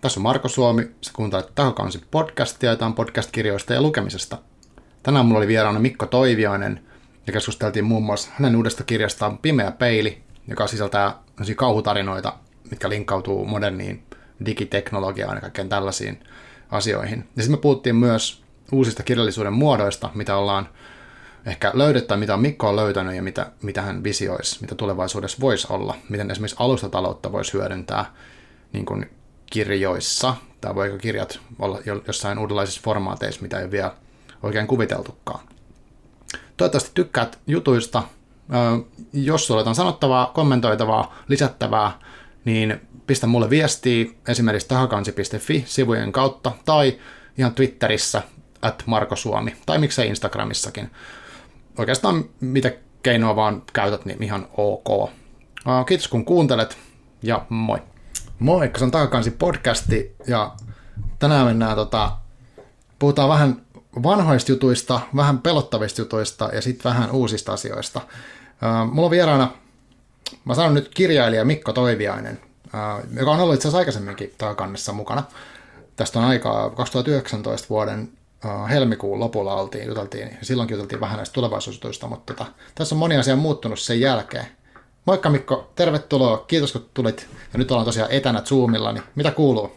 Tässä on Marko Suomi, sä kuuntelet Tahokansi podcastia, jota on podcast-kirjoista ja lukemisesta. Tänään mulla oli vieraana Mikko Toiviainen ja keskusteltiin muun muassa hänen uudesta kirjastaan Pimeä peili, joka sisältää kauhutarinoita, mitkä linkkautuu moderniin digiteknologiaan ja kaikkeen tällaisiin asioihin. Ja sitten me puhuttiin myös uusista kirjallisuuden muodoista, mitä ollaan ehkä löydetty tai mitä Mikko on löytänyt ja mitä hän visioisi, mitä tulevaisuudessa voisi olla. Miten esimerkiksi alustataloutta voisi hyödyntää niin kuin kirjoissa, tai voiko kirjat olla jossain uudenlaisissa formaateissa, mitä ei ole vielä oikein kuviteltukaan. Toivottavasti tykkäät jutuista. Jos sulla on sanottavaa, kommentoitavaa, lisättävää, niin pistä mulle viestiä esimerkiksi tahakansi.fi-sivujen kautta tai ihan Twitterissä @markosuomi tai miksei Instagramissakin. Oikeastaan mitä keinoa vaan käytät, niin ihan ok. Kiitos kun kuuntelet ja moi. Moikka, se on Tahakansi podcasti ja tänään mennään puhutaan vähän vanhoista jutuista, vähän pelottavista jutuista ja sitten vähän uusista asioista. Mulla on vieraana, mä sanon nyt kirjailija Mikko Toiviainen, joka on ollut itse asiassa aikaisemminkin Tahakannessa mukana. Tästä on aikaa 2019 vuoden helmikuun lopulla juteltiin, ja silloinkin juteltiin vähän näistä tulevaisuusjutuista, mutta tässä on moni asia muuttunut sen jälkeen. Moikka Mikko, tervetuloa, kiitos kun tulit, ja nyt ollaan tosiaan etänä Zoomilla, niin mitä kuuluu?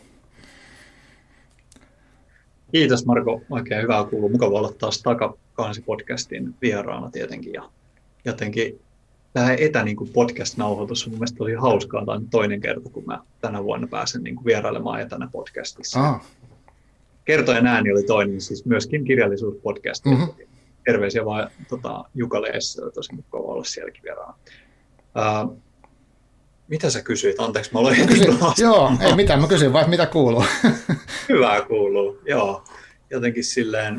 Kiitos Marko, oikein hyvää kuuluu. Mukava olla taas Tahakansi-podcastin vieraana tietenkin. Ja jotenkin tämä podcast-nauhoitus on mun mielestä tosi hauskaa. Tämä on toinen kerta, kun mä tänä vuonna pääsen vierailemaan etänä podcastissa. Kertojen ääni oli toinen, siis myöskin kirjallisuuspodcast. Mm-hmm. Terveisiä vaan Jukalle Esselle, tosi mukava olla sielläkin vieraana. Mitä sä kysyit? Anteeksi, mä aloin heti. Joo, ei mitään, mä kysyin vaan, mitä kuuluu. Hyvää kuuluu, joo. Jotenkin silleen,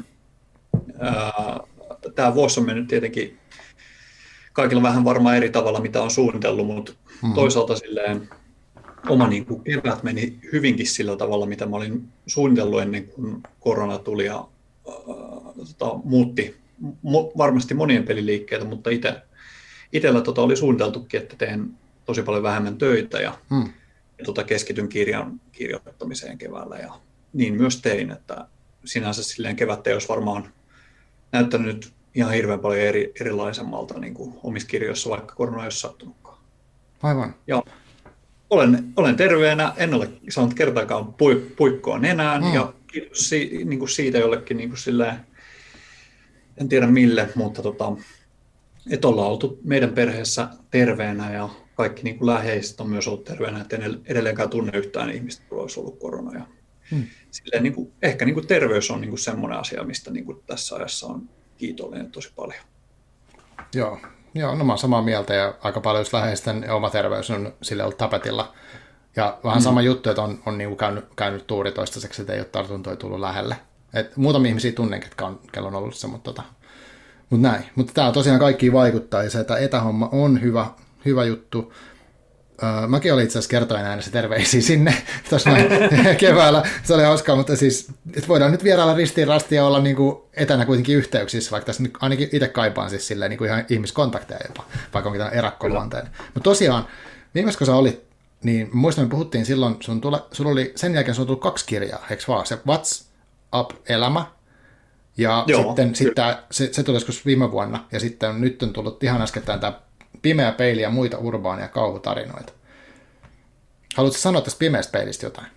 tämä vuosi on mennyt tietenkin kaikilla vähän varmaan eri tavalla, mitä on suunnitellut, mutta toisaalta silleen oma kevät meni hyvinkin sillä tavalla, mitä mä olin suunnitellut ennen kuin korona tuli ja muutti varmasti monien peliliikkeitä, mutta itsellä oli suunniteltukin, että teen tosi paljon vähemmän töitä ja keskityn kirjan kirjoittamiseen keväällä ja niin myös tein, että sinänsä silleen kevättä ei olisi varmaan näyttänyt ihan hirveän paljon erilaisemmalta niin kuin omissa kirjoissa, vaikka korona ei olisi sattunutkaan. Aivan. Ja olen terveenä, en ole saanut kertaakaan puikkoa nenään ja kiitos siitä jollekin silleen, en tiedä mille, mutta että ollaan oltu meidän perheessä terveenä ja kaikki läheiset on myös ollut terveenä, että en edelleenkään tunne yhtään ihmistä, jolla olisi ollut korona. Ja silleen, ehkä terveys on semmoinen asia, mistä tässä ajassa on kiitollinen tosi paljon. Joo, no mä oon samaa mieltä ja aika paljon just läheisten ja oma terveys on sille ollut tapetilla. Ja vähän sama juttu, että on käynyt tuuri toistaiseksi, että ei ole tartuntoja tullut lähelle. Et muutamia ihmisiä tunnen, kello on ollut se, mutta näin. Mutta tämä tosiaan kaikkiin vaikuttaa ja se, että etähomma on hyvä juttu. Mäkin olin itse asiassa kertoen äänessä terveisiä sinne tuossa keväällä. Se oli hauskaa, mutta siis että voidaan nyt vierailla ristiin rastiin ja olla etänä kuitenkin yhteyksissä, vaikka tässä nyt ainakin itse kaipaan siis silleen, ihan ihmiskontakteja jopa, vaikka onkin tämän erakkoluonteen. Mutta tosiaan, viimeis kun sä olit, niin muistan, me puhuttiin silloin, sulla oli, sen jälkeen sulla on tullut 2 kirjaa, eikö vaan? Se What's Up-elämä, ja sitten se tuli joskus viime vuonna, ja sitten nyt on tullut ihan äskettäin tämä Pimeä peili ja muita urbaania kauhutarinoita. Haluatko sanoa tästä Pimeästä peilistä jotain?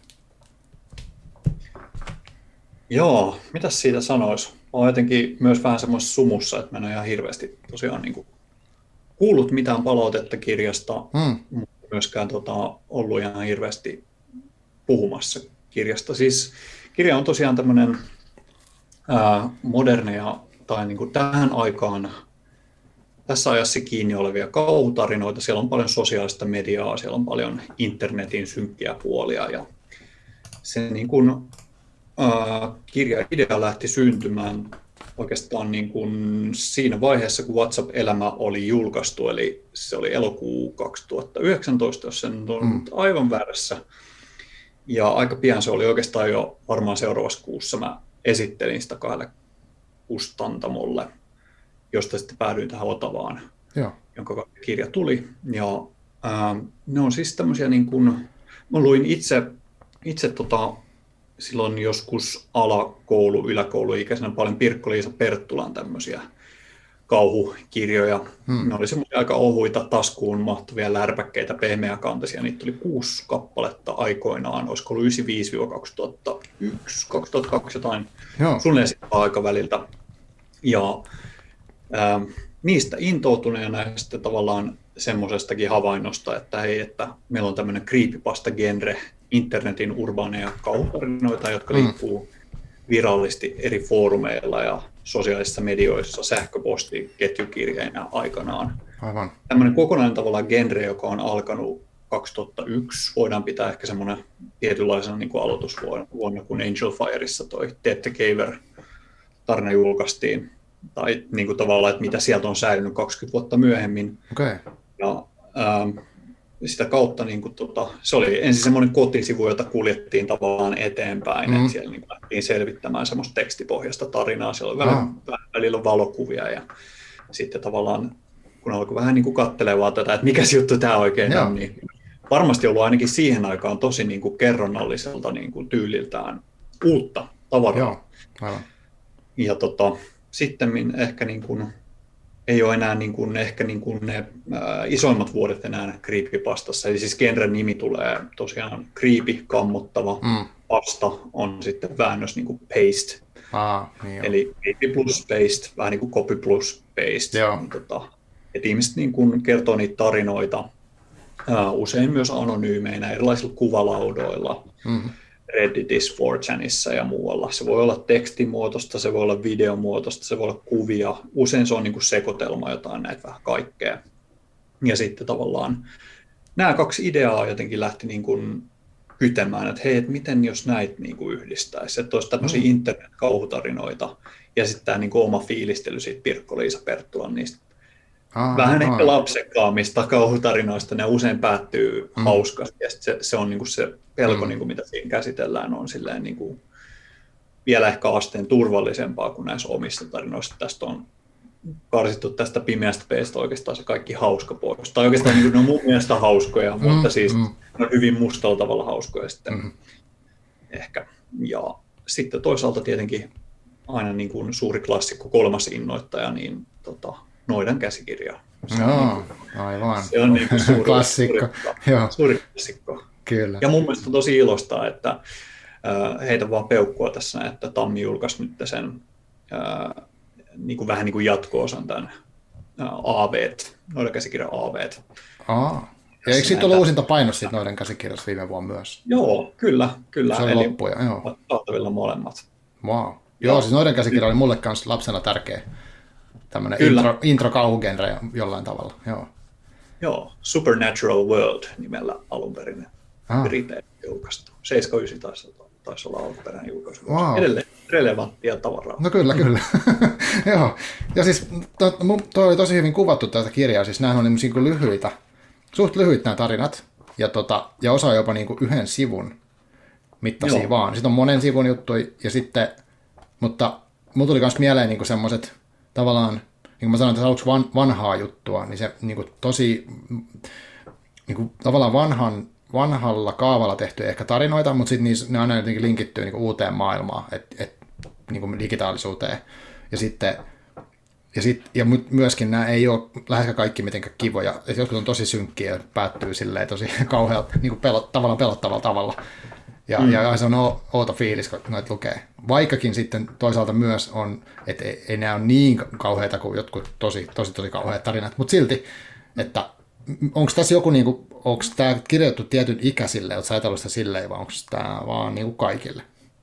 Joo, mitäs siitä sanoisi? Olen jotenkin myös vähän semmoisessa sumussa, että mä en ole ihan hirveästi tosiaan kuullut mitään palautetta kirjasta, mutta myöskään ollut ihan hirveästi puhumassa kirjasta. Siis kirja on tosiaan tämmöinen moderneja tai tähän aikaan tässä ajassa kiinni olevia kauhutarinoita. Siellä on paljon sosiaalista mediaa, siellä on paljon internetin synkkiä puolia ja se kirja-idea lähti syntymään oikeastaan siinä vaiheessa, kun WhatsApp-elämä oli julkaistu, eli se oli elokuu 2019, jos en ole aivan väärässä. Ja aika pian se oli oikeastaan jo varmaan seuraavassa kuussa. Mä esittelin sitä 2 kustantamolle, josta sitten päädyin tähän Otavaan, jonka kirja tuli. Ja ne on siis tämmöisiä, mä luin itse itse silloin joskus alakoulu, yläkouluikäisenä paljon Pirkko-Liisa Perttulan tämmöisiä kauhukirjoja. Ne oli semmoisia aika ohuita, taskuun mahtuvia lärpäkkeitä, pehmeäkantaisia. Niitä tuli 6 kappaletta aikoinaan, olisiko ollut 1995-2001, 2002 jotain, suunnilleen sitä aikaväliltä. Ja niistä intoutuneena ja sitten tavallaan semmoisestakin havainnosta, että hei, että meillä on tämmöinen creepypasta-genre, internetin urbaaneja kauhutarinoita, jotka liikkuu virallisesti eri foorumeilla ja sosiaalisissa medioissa, sähköposti, ketjukirjeinä aikanaan. Aivan. Tämmöinen kokonainen tavallaan genre, joka on alkanut 2001, voidaan pitää ehkä semmoinen tietynlaisena niin kuin aloitusvuonna, kun Angel Fireissa toi Dead the Caver-tarina julkaistiin. Tai niin kuin tavallaan, että mitä sieltä on säilynyt 20 vuotta myöhemmin. Okay. Ja sitä kautta niin kuin, se oli ensin semmoinen kotisivu, jota kuljettiin tavallaan eteenpäin, että siellä niin lähtiin selvittämään semmoista tekstipohjaista tarinaa, siellä oli välillä valokuvia ja sitten tavallaan, kun alkoi vähän niin kuin katselemaan tätä, että mikä juttu tämä oikein on, niin varmasti ollut ainakin siihen aikaan tosi niin kuin kerronnalliselta niin kuin tyyliltään uutta tavaraa. Ja sitten ehkä niin kuin, ei ole enää niin kuin, ehkä niin kuin ne isoimmat vuodet enää creepypastassa. Eli siis genren nimi tulee tosiaan creepy, kammottava. Pasta on sitten väännös niin kuin paste. Niin eli creepy plus paste, vähän niin kuin copy plus paste. Että ihmiset niin kuin kertoo niitä tarinoita, usein myös anonyymeinä, erilaisilla kuvalaudoilla. Redditissä, 4chanissa ja muualla. Se voi olla tekstimuotoista, se voi olla videomuotoista, se voi olla kuvia. Usein se on niin kuin sekoitelma jotain näitä vähän kaikkea. Ja sitten tavallaan nämä 2 ideaa jotenkin lähti niin kuin kytemään, että hei, että miten jos näitä niin kuin yhdistäisi, että olisi tämmöisiä internet-kauhutarinoita ja sitten tämä niin kuin oma fiilistely siitä Pirkko-Liisa Perttulan niistä vähän ehkä lapsekkaamista kauhutarinoista, ne usein päättyy hauskasti ja se on niin kuin se pelko, niin kuin mitä siinä käsitellään, on silleen niin kuin vielä ehkä asteen turvallisempaa kuin näissä omissa tarinoissa. Tästä on karsittu tästä pimeästä peestä oikeastaan se kaikki hauska pois. Tai oikeastaan niin kuin ne on mun mielestä hauskoja, mutta siis ne on hyvin mustalla tavalla hauskoja sitten ehkä. Ja sitten toisaalta tietenkin aina niin kuin suuri klassikko, 3. innoittaja, niin Noidan käsikirja. Aivan. Se on niin kuin suuri klassikko. Suuri klassikko. Kyllä. Ja mun mielestä on tosi ilosta, että heitä vaan peukkua tässä, että Tammi julkaisi nyt sen niin kuin vähän niin kuin jatko-osan tämän AV:t, Noidan käsikirjan AV:t. Ja eikö siitä ollut uusinta painos siitä Noidan käsikirjassa viime vuonna myös? Joo, kyllä. Se oli loppuja, joo. Saatavilla molemmat. Wow. Joo, siis Noidan käsikirja oli mulle kanssa lapsena tärkeä. Tämmöinen intro-kauhugenre jollain tavalla. Joo, Supernatural World nimellä alun perin Britein julkaistu. 79 taisi olla alkuperäinen julkaisu. Wow. Edelleen relevanttia tavaraa. No kyllä. Joo. Ja siis toi oli tosi hyvin kuvattu tätä kirjaa. Siis nämä on niin kuin lyhyitä, suht lyhyitä nämä tarinat. Ja osa jopa niin kuin 1 sivun mittaisia vaan. Sitten on monen sivun juttuja. Ja sitten, mutta mulla tuli myös mieleen niin semmoiset tavallaan, niin kuin mä sanoin, että aluksi vanhaa juttua, niin se niin kuin tosi niin kuin tavallaan vanhalla kaavalla tehty ehkä tarinoita, mutta sitten ne aina jotenkin linkittyy niin kuin uuteen maailmaan, niin kuin digitaalisuuteen. Ja myöskin nämä ei ole läheskään kaikki mitenkään kivoja. Että joskus on tosi synkkiä ja päättyy silleen tosi kauhealta, niin kuin tavallaan pelottavalla tavalla. Ja se on outo fiilis, kun noita lukee. Vaikkakin sitten toisaalta myös on, että ei nämä ole niin kauheita kuin jotkut tosi kauheat tarinat, mutta silti, että onko tässä joku, niinku, onko tämä kirjoitettu tietyn ikäisille, oletko ajatellut sitä silleen, vai onko tämä vaan niinku kaikille?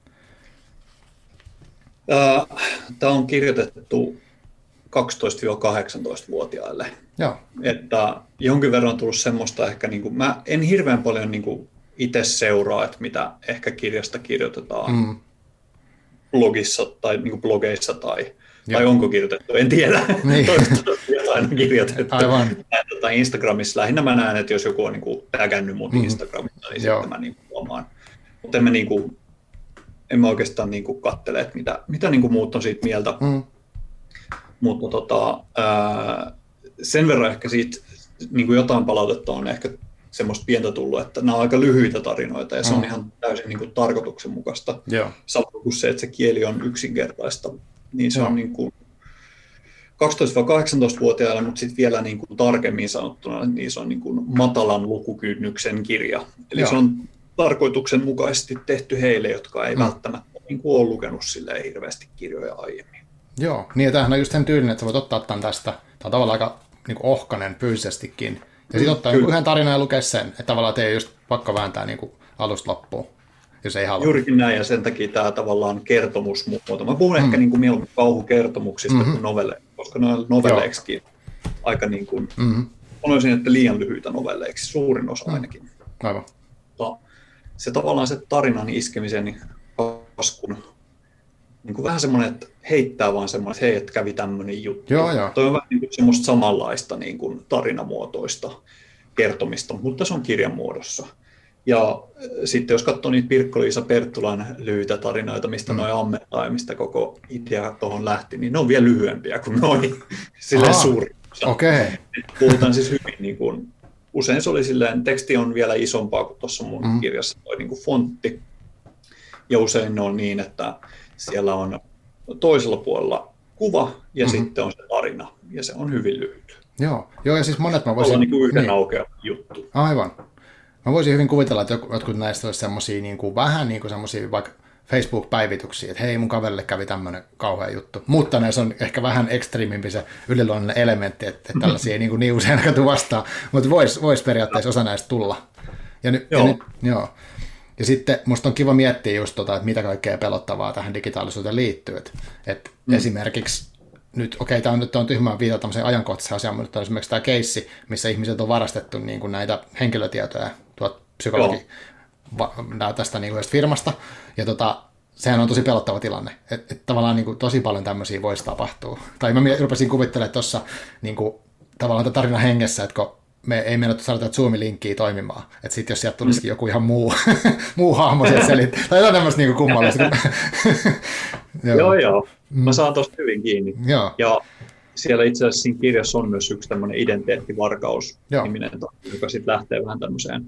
Tämä on kirjoitettu 12-18-vuotiaille. Joo. Että jonkin verran on tullut semmoista ehkä, niin kuin, mä en hirveän paljon niin kuin itse seuraa, että mitä ehkä kirjasta kirjoitetaan blogissa tai niin kuin blogeissa tai onko kirjoitettu, en tiedä. Niin. Toivottavasti jotain on kirjoitettu. Aivan. Instagramissa lähinnä mä näen, että jos joku on niin kuin tägännyt mut Instagramissa, niin sitten mä niin kuin huomaan. Mutta en mä oikeastaan niin kuin katsele, että mitä niin kuin muut on siitä mieltä. Mutta sen verran ehkä siitä niin kuin jotain palautetta on ehkä semmoista pientä tullut, että nämä on aika lyhyitä tarinoita ja se on ihan täysin niin kuin tarkoituksenmukaista. Joo. Samoin kuin se, että se kieli on yksinkertaista, niin se on niin kuin 12-18-vuotiailla, mutta sitten vielä niin kuin tarkemmin sanottuna, niin se on niin kuin matalan lukukynnyksen kirja. Eli se on tarkoituksenmukaisesti tehty heille, jotka ei välttämättä niin kuin ole lukenut silleen hirveästi kirjoja aiemmin. Joo, niin ja tämähän on just sen tyylinen, että sä voit ottaa tämän tästä. Tämä on tavallaan aika niin kuin ohkainen fyysisestikin. Ja sitten ottaa yhden tarinan ja lukea sen, että tavallaan teidän just pakko vääntää niin kuin alusta loppuun, jos ei halua. Juurikin näin, ja sen takia tämä tavallaan kertomusmuoto. Mä puhun ehkä niin kuin mieluummin kauhukertomuksista kuin novelleista, koska ne on novelleiksikin aika niin kuin, sanoisin, että liian lyhyitä novelleiksi, suurin osa ainakin. Aivan. Se tavallaan se tarinan iskemisen kaskun, niin kuin vähän semmoinen, että heittää vaan semmoinen, että hei, että kävi tämmöinen juttu. Toi on vähän niin kuin semmoista samanlaista niin kuin tarinamuotoista kertomista, mutta se on kirjan muodossa. Ja sitten jos katsoo niitä Pirkko-Liisa Perttulan lyhyitä tarinoita, mistä noi ammentaa ja mistä koko idea tuohon lähti, niin ne on vielä lyhyempiä kuin noi, silleen suurin osa. Okay. Puhutaan siis hyvin, niin kuin, usein se oli silleen, teksti on vielä isompaa kuin tuossa mun kirjassa toi niin kuin fontti. Ja usein ne on niin, että siellä on toisella puolella kuva ja sitten on se tarina, ja se on hyvin lyhyt. Joo, ja siis monet mä voisin... Olla niin kuin yhden aukeava juttu. Aivan. Mä voisin hyvin kuvitella, että jotkut näistä olisi semmosia niin kuin, vähän niin kuin semmosia vaikka Facebook-päivityksiä, että hei, mun kaverille kävi tämmöinen kauhea juttu. Mutta näissä on ehkä vähän ekstriimimpi se yliluonnollinen elementti, että tällaisia ei niin usein aika vastaan, mutta vois periaatteessa osa näistä tulla. Joo. Ja sitten musta on kiva miettiä just että mitä kaikkea pelottavaa tähän digitaalisuuteen liittyy. Että esimerkiksi nyt, tämä on tyhmää viitata tämmöiseen ajankohtaiseen asiaan, mutta esimerkiksi tämä keissi, missä ihmiset on varastettu niin kuin näitä henkilötietoja tästä niin kuin firmasta. Ja sehän on tosi pelottava tilanne. Että tavallaan niin kuin, tosi paljon tämmöisiä voisi tapahtua. Tai mä rupesin kuvittelemaan tuossa niin kuin, tavallaan tarinan hengessä, että kun me ei mennä saada tätä Zoom-linkkiä toimimaan. Että sitten jos sieltä tulisikin joku ihan muu hahmo sieltä selittää. Tai jotain tämmöistä niin kummallista. Joo. Mä saan tuosta hyvin kiinni. Joo. Ja siellä itse asiassa siinä kirjassa on myös yksi tämmöinen identiteettivarkaus-niminen, joka sitten lähtee vähän tämmöiseen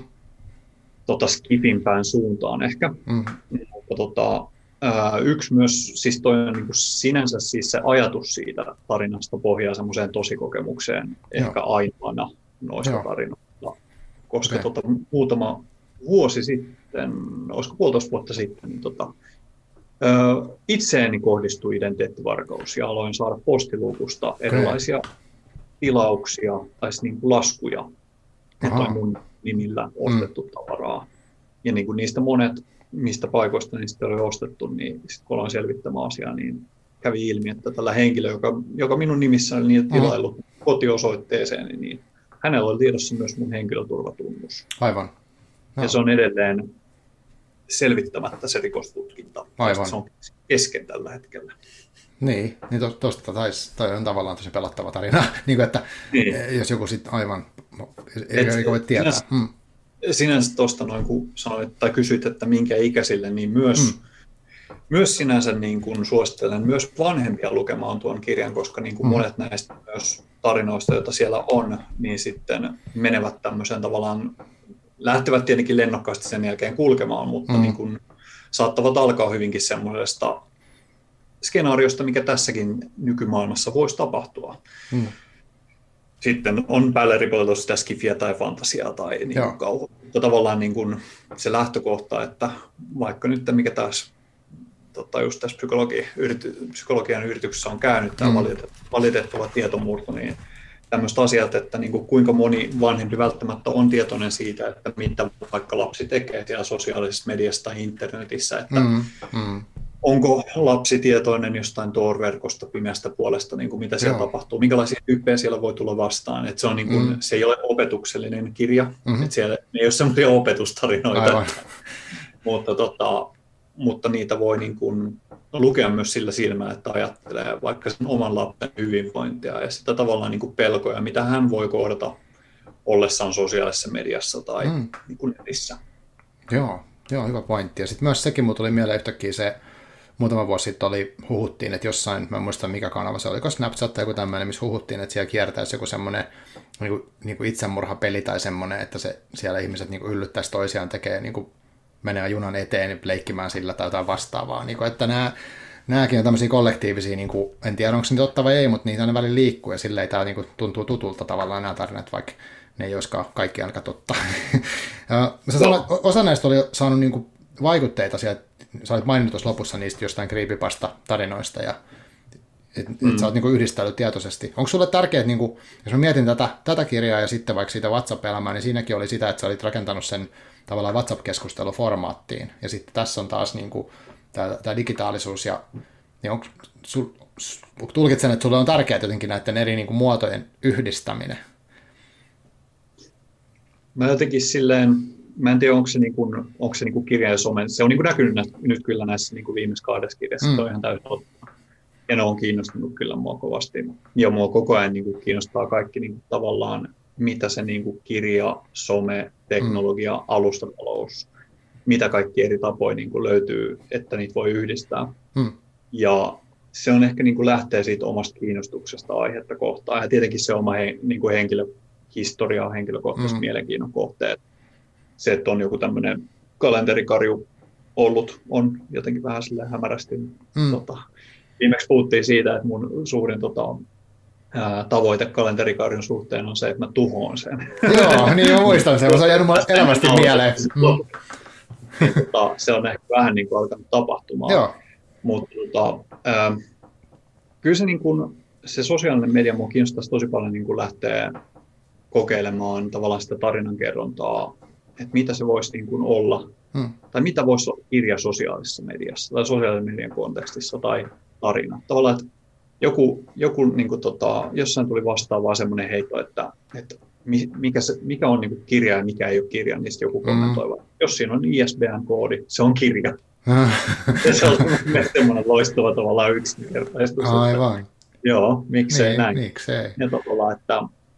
skifimpään suuntaan ehkä. Mutta yksi myös, siis toi on niin kuin sinänsä siis se ajatus siitä tarinasta pohjaa semmoiseen tosikokemukseen ehkä ainoana noista tarinoista. Koska muutama vuosi sitten, olisiko 1,5 vuotta sitten, niin itseeni kohdistui identiteettivarkaus ja aloin saada postiluukusta erilaisia tilauksia tai niin kuin laskuja, että on mun nimillä ostettu tavaraa. Ja niin kuin niistä monet, mistä paikoista niistä oli ostettu, niin sitten kun aloin selvittämään asiaa, niin kävi ilmi, että tällä henkilö, joka minun nimissä oli niitä tilaillut kotiosoitteeseen, niin hänellä oli tiedossa myös mun henkilöturvatunnus. Aivan. No. Ja se on edelleen selvittämättä se rikostutkinta. Aivan. Se on kesken tällä hetkellä. Niin tuosta toi on tavallaan tosi pelottava tarina, niin kuin, että jos joku sitten aivan ei voi tietää. Sinänsä tuosta noin, kun sanoit tai kysyit, että minkä ikäisille, niin myös sinänsä niin kuin suosittelen myös vanhempia lukemaan tuon kirjan, koska niin kuin monet näistä myös tarinoista, joita siellä on, niin sitten menevät tämmöiseen tavallaan, lähtevät tietenkin lennokkaasti sen jälkeen kulkemaan, mutta niin kuin saattavat alkaa hyvinkin semmoisesta skenaariosta, mikä tässäkin nykymaailmassa voisi tapahtua. Sitten on päälle ripoteltu sitä skifiä tai fantasiaa tai niin kuin kauhua. Mutta tavallaan niin kuin se lähtökohta, että vaikka nyt mikä taas just tässä psykologian yrityksessä on käynyt tämä valitettava tietomurto, niin tämmöiset asiat, että niin kuin kuinka moni vanhempi välttämättä on tietoinen siitä, että mitä vaikka lapsi tekee siellä sosiaalisessa mediassa tai internetissä, että onko lapsi tietoinen jostain Tor-verkosta pimeästä puolesta, niin kuin mitä siellä tapahtuu, minkälaisia tyyppejä siellä voi tulla vastaan. Että se, on niin kuin, se ei ole opetuksellinen kirja, että siellä ei ole semmoisia opetustarinoita, mutta niitä voi niin kuin lukea myös sillä silmällä, että ajattelee vaikka sen oman lapsen hyvinvointia ja sitä tavallaan niin kuin pelkoja, mitä hän voi kohdata ollessaan sosiaalisessa mediassa tai niin kuin netissä. Joo, hyvä pointti. Ja sitten myös sekin mulla tuli mieleen yhtäkkiä se, muutama vuosi sitten huhuttiin, että jossain, mä en muista mikä kanava se oli, oliko Snapchat tai joku tämmöinen, missä huhuttiin, että siellä kiertäisi joku semmoinen niin kuin itsemurhapeli tai semmoinen, että siellä ihmiset niin kuin yllyttäisi toisiaan tekee, niin kuin menee junan eteen leikkimään sillä tai jotain vastaavaa. Niin kuin, että nämäkin on tämmöisiä kollektiivisia, niin kuin, en tiedä onko se totta vai ei, mutta niitä aina välillä liikkuu ja silleen tämä niin kuin tuntuu tutulta tavallaan nämä tarinat, vaikka ne ei olisikaan kaikki ainakaan totta. Osa näistä oli saanut niin kuin vaikutteita sieltä, sä olit maininnut tuossa lopussa niistä jostain creepypasta-tarinoista ja että sä oot niin kuin yhdistänyt tietoisesti. Onko sulle tärkeää, niin kuin, jos mä mietin tätä kirjaa ja sitten vaikka siitä WhatsApp-elämää, niin siinäkin oli sitä, että sä olit rakentanut sen tavallaan WhatsApp-keskusteluformaattiin ja sitten tässä on taas niin kuin tämä digitaalisuus ja niin tulkitsen, että sulle on tärkeää jotenkin näiden eri niin kuin muotojen yhdistäminen. Mä jotenkin silleen, mä en tiedä, onko se kirja ja some. Se on niin kuin näkynyt nyt kyllä näissä niin kuin viimeisessä 2 kirjassa. Se on ihan täysin totta. Ja ne on kiinnostunut kyllä mua kovasti. Ja mua koko ajan niin kuin kiinnostaa kaikki niin kuin tavallaan, mitä se niin kuin kirja, some, teknologia, alustatalous, mitä kaikki eri tapoja niin kuin löytyy, että niitä voi yhdistää. Ja se on ehkä niin kuin lähtee siitä omasta kiinnostuksesta aihetta kohtaan. Ja tietenkin se oma niin kuin henkilöhistoria, henkilökohtaiset mielenkiinnon kohteet. Se, että on joku tämmöinen kalenterikarju ollut, on jotenkin vähän silleen hämärästi. Viimeksi puhuttiin siitä, että mun suurin tavoite kalenterikarjun suhteen on se, että mä tuhoan sen. Joo, niin mä muistan sen. Se on jäänyt elävästi mieleen. Se on ehkä vähän niin kuin alkanut tapahtumaan. Joo. Mutta kyllä se, niin kuin, se sosiaalinen media mua kiinnostaisi tosi paljon niin kuin lähteä kokeilemaan tavallaan sitä tarinankerrontaa, että mitä se voisi niin kuin olla, tai mitä voisi olla kirja sosiaalisessa mediassa, tai sosiaalisen median kontekstissa, tai tarina. Tavallaan, että joku niin kuin, jossain tuli vastaan vaan semmoinen heitto, että mikä on niin kuin kirja ja mikä ei ole kirja, niin sitten joku kommentoi, jos siinä on ISBN-koodi, se on kirja. Se on semmoinen loistava tavallaan yksinkertaistus. Aivan. Joo, miksei niin, näin. Miksei. Ja tavallaan, että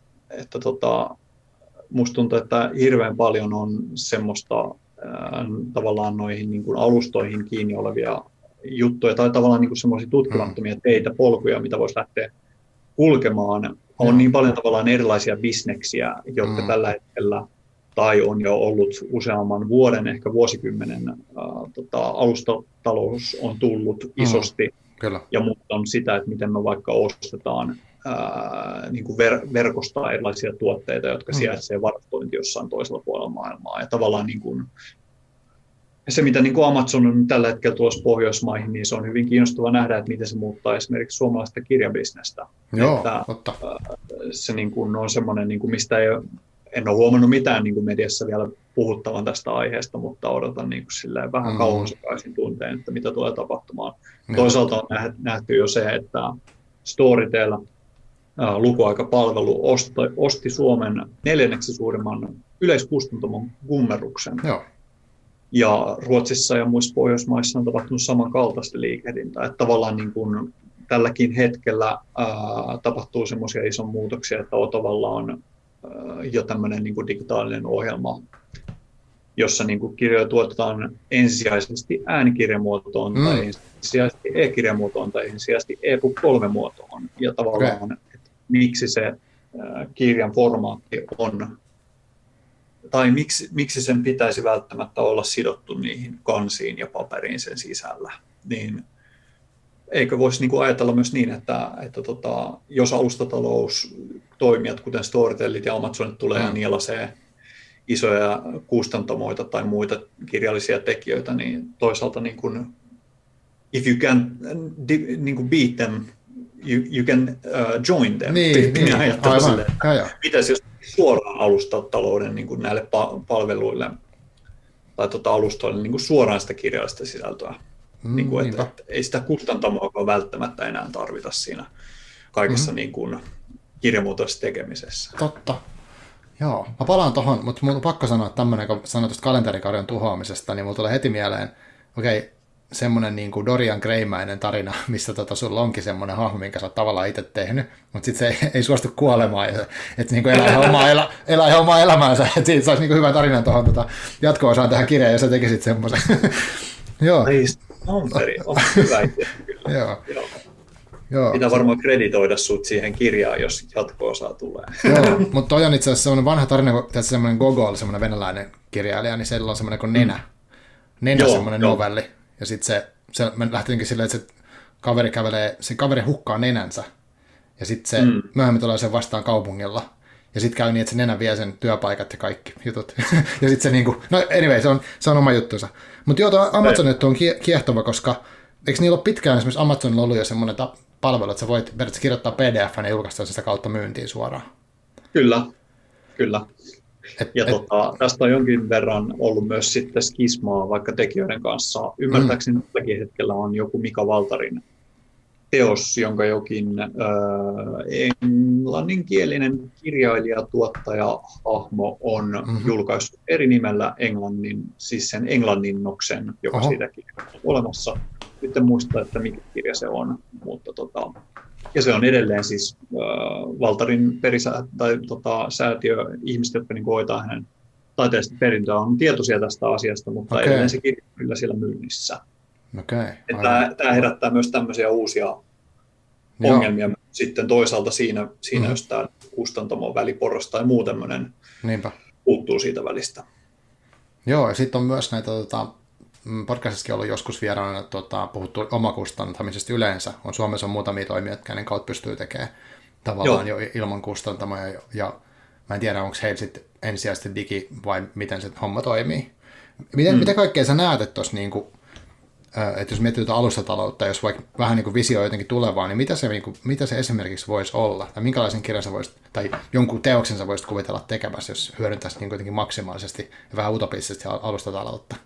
musta tuntuu, että hirveän paljon on semmoista tavallaan noihin niin kuin alustoihin kiinni olevia juttuja tai tavallaan niin kuin semmoisia tutkimattomia teitä, polkuja, mitä voisi lähteä kulkemaan. On niin paljon tavallaan erilaisia bisneksiä, jotka tällä hetkellä tai on jo ollut useamman vuoden, ehkä vuosikymmenen alustatalous on tullut isosti. Kyllä. Ja muuta on sitä, että miten me vaikka ostetaan niin kuin verkosta erilaisia tuotteita, jotka sijaitsee varastointi jossain toisella puolella maailmaa. Ja tavallaan niin kuin, se, mitä niin kuin Amazon on tällä hetkellä tulossa Pohjoismaihin, niin se on hyvin kiinnostava nähdä, että miten se muuttaa esimerkiksi suomalaista kirjabisnestä. Joo, että, totta. Se niin kuin on semmoinen, niin kuin mistä en ole huomannut mitään niin kuin mediassa vielä puhuttavan tästä aiheesta, mutta odotan niin kuin vähän kauhusekaisin tunteen, että mitä tulee tapahtumaan. Toisaalta on nähty jo se, että Storytel, lukuaikapalvelu, osti Suomen 4. suurimman yleiskustantamon Gummeruksen. Joo. Ja Ruotsissa ja muissa Pohjoismaissa on tapahtunut samankaltaista liikehdintää. Että tavallaan niin kuin tälläkin hetkellä tapahtuu semmoisia ison muutoksia, että Otovalla on jo tämmöinen niin kuin digitaalinen ohjelma, jossa niin kuin kirjoja tuotetaan ensisijaisesti äänikirjamuotoon tai ensisijaisesti e-kirjamuotoon tai ensisijaisesti e-book 3-muotoon. Ja tavallaan, että miksi se kirjan formaatti on, tai miksi sen pitäisi välttämättä olla sidottu niihin kansiin ja paperiin sen sisällä, niin eikö voisi niin kuin ajatella myös niin, että jos alustataloustoimijat, kuten Storytelit ja Amazonit tulee ja nielasee isoja kustantamoita tai muita kirjallisia tekijöitä, niin toisaalta niin kuin, if you can niin kuin beat them, you can join them. Niin, aivan. Pitäisi jos suoraan alustatalouden niin kuin näille palveluille tai alustoille niin kuin suoraan sitä kirjallista sisältöä. Niin kuin, että ei sitä kustantamoa välttämättä enää tarvita siinä kaikessa niin kuin kirjamuotoisessa tekemisessä. Totta. Joo, mä palaan tuohon, mutta mun on pakko sanoa tämmöinen, kun sanoin tuosta kalenterikarjan tuhoamisesta, niin mulla tulee heti mieleen, semmoinen niin kuin Dorian Gray-mäinen tarina, missä sulla onkin semmoinen hahmo, minkä sä oot tavallaan itse tehnyt, mutta sitten se ei suostu kuolemaan, että niin elää ihan omaa elämäänsä, että siitä saisi niin kuin hyvän tarinan tuohon jatko-osaan tähän kirjaan, ja sä tekisit semmoisen. Joo. On hyvä idea, kyllä. Joo. Joo. Pitää varmaan kreditoida sut siihen kirjaan, jos jatko-osaa tulee. Joo, mutta toi on itse asiassa semmoinen vanha tarina, kun tässä semmoinen Gogol, semmoinen venäläinen kirjailija, niin siellä on semmoinen kuin Nenä. Nenä semmoinen novelli. Ja sitten se lähtiinkin silleen, että se kaveri hukkaa nenänsä. Ja sitten se myöhemmin tulee sen vastaan kaupungilla. Ja sitten käy niin, että se nenä vie sen työpaikat ja kaikki jutut. Ja sitten se niinku, no anyway, se on oma juttunsa. Mutta joo, tuo Amazon on kiehtova, koska eikö niillä ole pitkään esimerkiksi Amazonilla ollut jo semmoinen palvelu, että sä voit periaatteessa kirjoittaa PDF ja julkaista sitä kautta myyntiin suoraan? Kyllä. Tästä on jonkin verran ollut myös sitten skismaa vaikka tekijöiden kanssa. Ymmärtääkseni tälläkin hetkellä on joku Mika Valtarin teos, jonka jokin englanninkielinen kirjailija, tuottaja, hahmo on julkaissut eri nimellä siis sen englanninnoksen, joka siitäkin on olemassa. Nyt en muista, että mikä kirja se on, mutta ja se on edelleen siis Valtarin säätiö, ihmiset, jotka niin hoitaa hänen taiteellista perintöä, on tietoisia tästä asiasta, mutta edelleen se kirja on kyllä siellä myynnissä. Tämä herättää myös tämmöisiä uusia ongelmia sitten toisaalta siinä jos tämä kustantamon väliporras tai muu tämmöinen puuttuu siitä välistä. Joo, ja sitten on myös näitä podcastissakin ollut joskus vieraana puhuttu omakustantamisesta yleensä. Suomessa on muutamia toimijoita, jotka kautta pystyy tekemään tavallaan jo ilman kustantamoja. Ja mä en tiedä, onko heillä sitten ensisijaisesti digi vai miten se homma toimii. Mitä kaikkea sä näet, että että jos miettii alustataloutta, jos vaikka vähän niin kuin visio jotenkin tulevaa, niin mitä se esimerkiksi voisi olla? Tai minkälaisen kirjan sä voisit, tai jonkun teoksen sä voisit kuvitella tekemässä, jos hyödyntäisit niin jotenkin maksimaalisesti ja vähän utopisesti alustataloutta?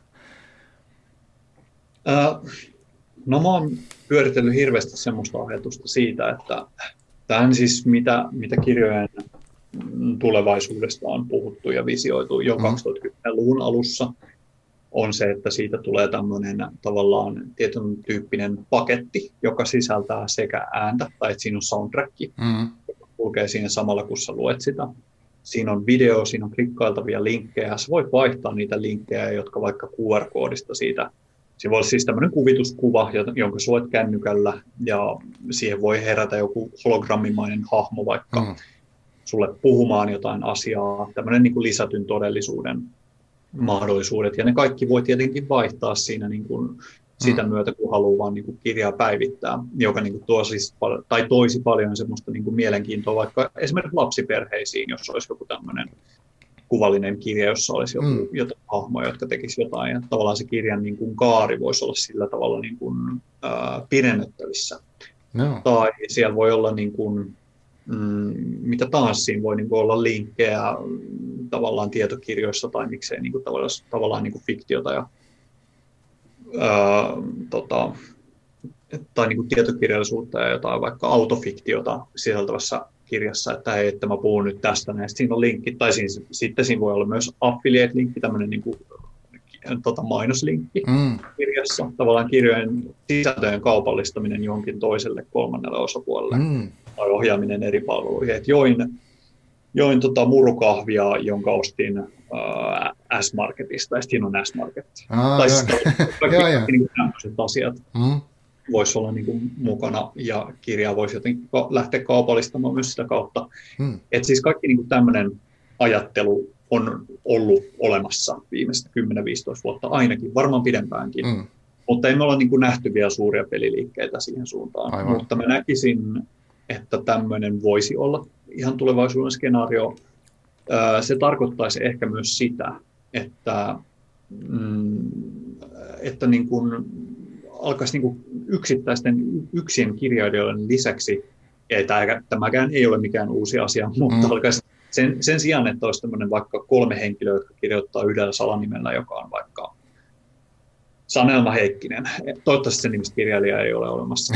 No mä oon pyöritellyt hirveästi semmoista ajatusta siitä, että tähän siis mitä kirjojen tulevaisuudesta on puhuttu ja visioitu jo 2010-luvun alussa, on se, että siitä tulee tämmöinen tavallaan tietyn tyyppinen paketti, joka sisältää sekä ääntä, tai että siinä on soundtrack, joka kulkee siinä samalla, kun sä luet sitä. Siinä on video, siinä on klikkailtavia linkkejä. Sä voit vaihtaa niitä linkkejä, jotka vaikka QR-koodista siitä. Siinä voi olla siis tämmöinen kuvituskuva, jonka sä luet kännykällä, ja siihen voi herätä joku hologrammimainen hahmo vaikka sulle puhumaan jotain asiaa. Tämmöinen niin kuin lisätyn todellisuuden mahdollisuudet, ja ne kaikki voi tietenkin vaihtaa siinä niin kuin sitä myötä, kun haluaa vaan niin kuin kirjaa päivittää, joka niin kuin toisi paljon semmoista niin kuin mielenkiintoa vaikka esimerkiksi lapsiperheisiin, jos olisi joku tämmöinen kuvallinen kirja, jossa olisi jotain hahmoja, jotka tekisivät jotain, ja tavallaan se kirjan niin kuin kaari voisi olla sillä tavalla niin kuin, pidennettävissä. No. Tai siellä voi olla niin kuin, mitä tahansa, siinä voi niin kuin olla linkkejä tavallaan tietokirjoissa tai miksei niin kuin tavallaan niin kuin fiktiota ja tai niin kuin tietokirjallisuutta ja jotain vaikka autofiktiota sisältävässä kirjassa, että hei, että mä puhun nyt tästä näistä, siinä on linkki, tai sitten siinä voi olla myös affiliate-linkki, tämmöinen niin kuin, mainoslinkki kirjassa, tavallaan kirjojen sisältöjen kaupallistaminen johonkin toiselle kolmannelle osapuolelle tai ohjaaminen eri palveluihin. Et join murukahvia, jonka ostin S-Marketista, ja siinä on S-Market. Tai kaikki niin tämmöiset asiat voisi olla niin kuin mukana, ja kirjaa voisi jotenkin lähteä kaupallistamaan myös sitä kautta. Et siis kaikki niin kuin tämmöinen ajattelu on ollut olemassa viimeiset 10-15 vuotta ainakin, varmaan pidempäänkin. Mutta emme ole niin kuin nähty vielä suuria peliliikkeitä siihen suuntaan. Aivan. Mutta mä näkisin, että tämmöinen voisi olla ihan tulevaisuuden skenaario. Se tarkoittaisi ehkä myös sitä, että niin kuin alkaisi niin kuin yksittäisten yksien kirjailijoiden lisäksi, tämäkään ei ole mikään uusi asia, mutta alkaisi sen sijaan, että olisi tämmöinen vaikka 3 henkilöä, jotka kirjoittaa yhdellä salanimellä, joka on vaikka Sanelma Heikkinen. Toivottavasti sen nimistä kirjailija ei ole olemassa.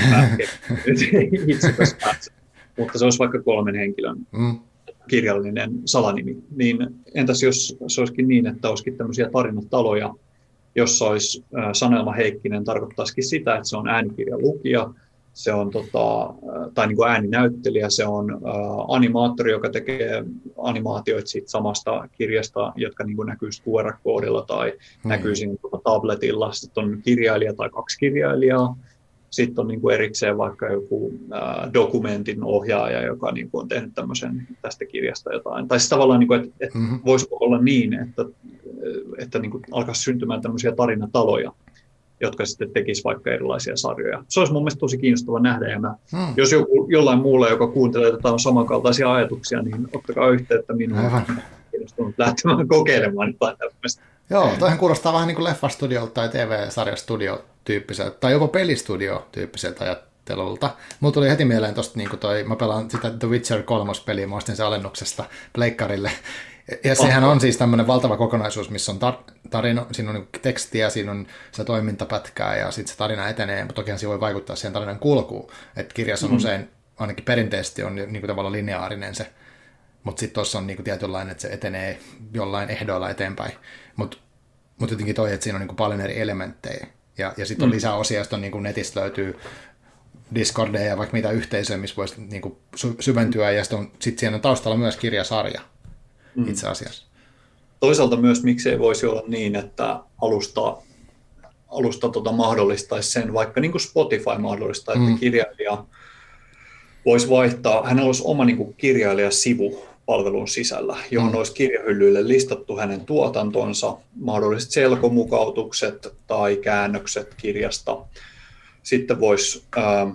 Mutta se olisi vaikka 3 henkilön kirjallinen salanimi. Niin entäs jos se olisikin niin, että olisikin tämmöisiä tarinataloja, jossa olisi Sanelma Heikkinen, tarkoittaisikin sitä, että se on äänikirjan lukija, se on tai niin kuin ääninäyttelijä, se on animaattori, joka tekee animaatioita siitä samasta kirjasta, jotka niin kuin näkyy QR-koodilla tai näkyy siinä tabletilla. Sitten on kirjailija tai 2 kirjailijaa. Sitten on niin kuin erikseen vaikka joku dokumentin ohjaaja, joka niin kuin on tehnyt tämmöisen tästä kirjasta jotain. Tai siis tavallaan, niin kuin, että voisiko olla niin, että niin kuin alkaisi syntymään tämmöisiä tarinataloja, jotka sitten tekisi vaikka erilaisia sarjoja. Se olisi mun mielestä tosi kiinnostava nähdä, ja jos jollain muulla, joka kuuntelee tätä samankaltaisia ajatuksia, niin ottakaa yhteyttä minuun. Kiinnostunut lähtemään kokeilemaan jotain tämmöistä. Joo, toihan kuulostaa vähän niin kuin leffastudiolta tai TV-sarjastudio-tyyppiseltä, tai jopa pelistudio-tyyppiseltä ajattelulta. Mulla tuli heti mieleen tosta, niin kuin mä pelaan sitä The Witcher 3-peliä, mä ostin sen alennuksesta pleikkarille. Ja sehän on siis tämmöinen valtava kokonaisuus, missä on tarina, siinä on niin tekstiä, siinä on se toimintapätkää ja sitten se tarina etenee, mutta tokihan se voi vaikuttaa siihen tarinan kulkuun. Että kirjassa on usein, ainakin perinteisesti on niin kuin tavallaan lineaarinen se, mutta sitten tuossa on niin kuin tietynlainen, että se etenee jollain ehdoilla eteenpäin. Mutta jotenkin toi, että siinä on niin kuin paljon eri elementtejä. Ja sitten on lisää osia, joista on niin kuin netistä löytyy Discordeja ja vaikka mitä yhteisöjä, missä voisi niin kuin syventyä, ja sitten siinä on taustalla myös kirjasarja. Itse asiassa. Toisaalta myös miksei voisi olla niin, että alusta mahdollistaisi sen, vaikka niin kuin Spotify mahdollistaa, että kirjailija voisi vaihtaa, hänellä olisi oma niin kuin kirjailijasivu palvelun sisällä, johon olisi kirjahyllyille listattu hänen tuotantonsa, mahdolliset selkomukautukset tai käännökset kirjasta. Sitten voisi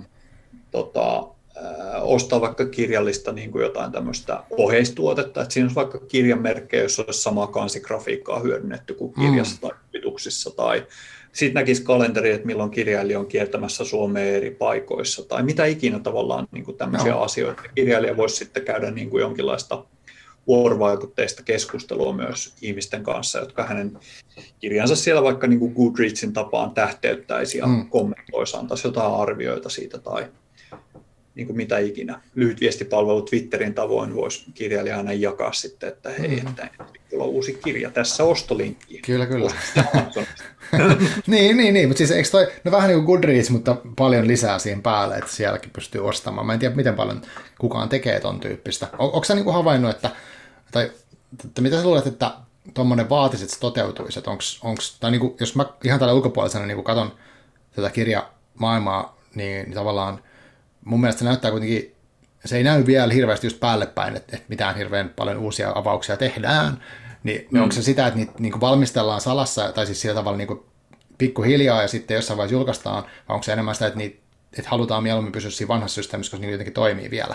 ostaa vaikka kirjallista niin kuin jotain tämmöistä oheistuotetta, että siinä olisi vaikka kirjamerkkejä, jossa olisi samaa kansigrafiikkaa hyödynnetty kuin kirjassa tai yrityksissä, tai sitten näkisi kalenteri, että milloin kirjailija on kiertämässä Suomea eri paikoissa, tai mitä ikinä tavallaan niin kuin tämmöisiä asioita. Kirjailija voisi sitten käydä niin kuin jonkinlaista vuorovaikutteista keskustelua myös ihmisten kanssa, jotka hänen kirjansa siellä vaikka niin kuin Goodreadsin tapaan tähteyttäisi ja kommentoisi, antaisi jotain arvioita siitä tai niin kuin mitä ikinä. Lyhytviestipalvelu Twitterin tavoin voisi kirjailija aina jakaa sitten, että hei, että olla uusi kirja, tässä ostolinkki. Kyllä. niin, mutta siis eikö toi, no vähän niin kuin Goodreads, mutta paljon lisää siihen päälle, että sielläkin pystyy ostamaan. Mä en tiedä, miten paljon kukaan tekee ton tyyppistä. Onko sä niin kuin havainnut, että mitä sä luulet, että tuommoinen vaatisi, että se toteutuisi? Tai niin kuin, jos mä ihan tällä ulkopuolisena niin katson tätä kirjamaailmaa, niin tavallaan mun mielestä se näyttää kuitenkin, se ei näy vielä hirveästi just päälle päin, että mitään hirveän paljon uusia avauksia tehdään, niin onko se sitä, että niitä niin valmistellaan salassa, tai siis sillä tavalla niin pikkuhiljaa ja sitten jossain vaiheessa julkaistaan, vai onko se enemmän sitä, että halutaan mieluummin pysyä siinä vanhassa systeemissä, koska niitä jotenkin toimii vielä?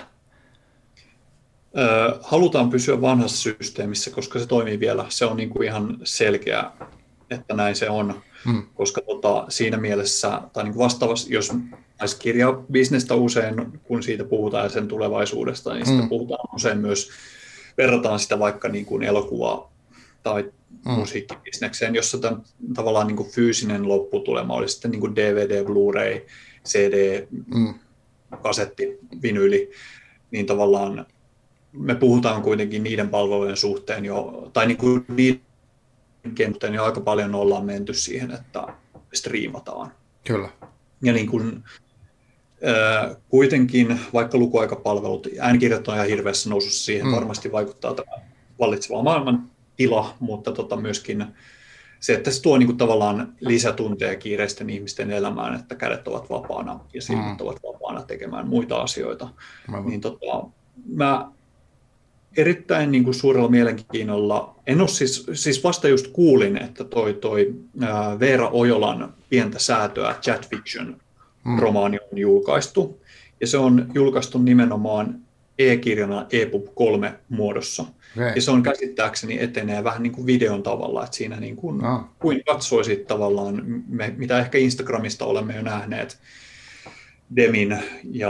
Halutaan pysyä vanhassa systeemissä, koska se toimii vielä. Se on niin kuin ihan selkeä, että näin se on, koska siinä mielessä, tai niin vastaavasti, jos kirjabisnestä usein, kun siitä puhutaan ja sen tulevaisuudesta, niin sitä puhutaan usein myös, verrataan sitä vaikka niin kuin elokuva- tai musiikkibisnekseen, jossa tavallaan niin kuin fyysinen lopputulema oli sitten niin kuin DVD, Blu-ray, CD, kasetti, vinyli, niin tavallaan me puhutaan kuitenkin niiden palvelujen suhteen jo, tai niin kuin niiden kenttään jo aika paljon ollaan menty siihen, että striimataan. Kyllä. Ja niin kuin, kuitenkin, vaikka lukuaikapalvelut, äänikirjat on ihan hirveässä nousussa, siihen varmasti vaikuttaa tämä vallitseva maailman tila, mutta myöskin se, että se tuo niin kuin tavallaan lisätunteja kiireisten ihmisten elämään, että kädet ovat vapaana ja silmät ovat vapaana tekemään muita asioita. Niin mä erittäin niin kuin suurella mielenkiinnolla, en ole siis vasta just kuulin, että toi Veera Ojolan Pientä säätöä Chat Fiction-romaani on julkaistu, ja se on julkaistu nimenomaan e-kirjana EPUB 3 muodossa. Ja se on käsittääkseni etenee vähän niin kuin videon tavalla, että siinä niin kuin katsoisit tavallaan, mitä ehkä Instagramista olemme jo nähneet, Demin ja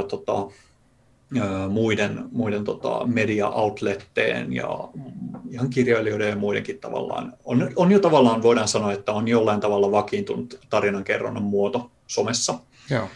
muiden media-outletteen ja ihan kirjailijoiden ja muidenkin tavallaan. On jo tavallaan, voidaan sanoa, että on jollain tavalla vakiintunut tarinankerronnan muoto somessa. Joo.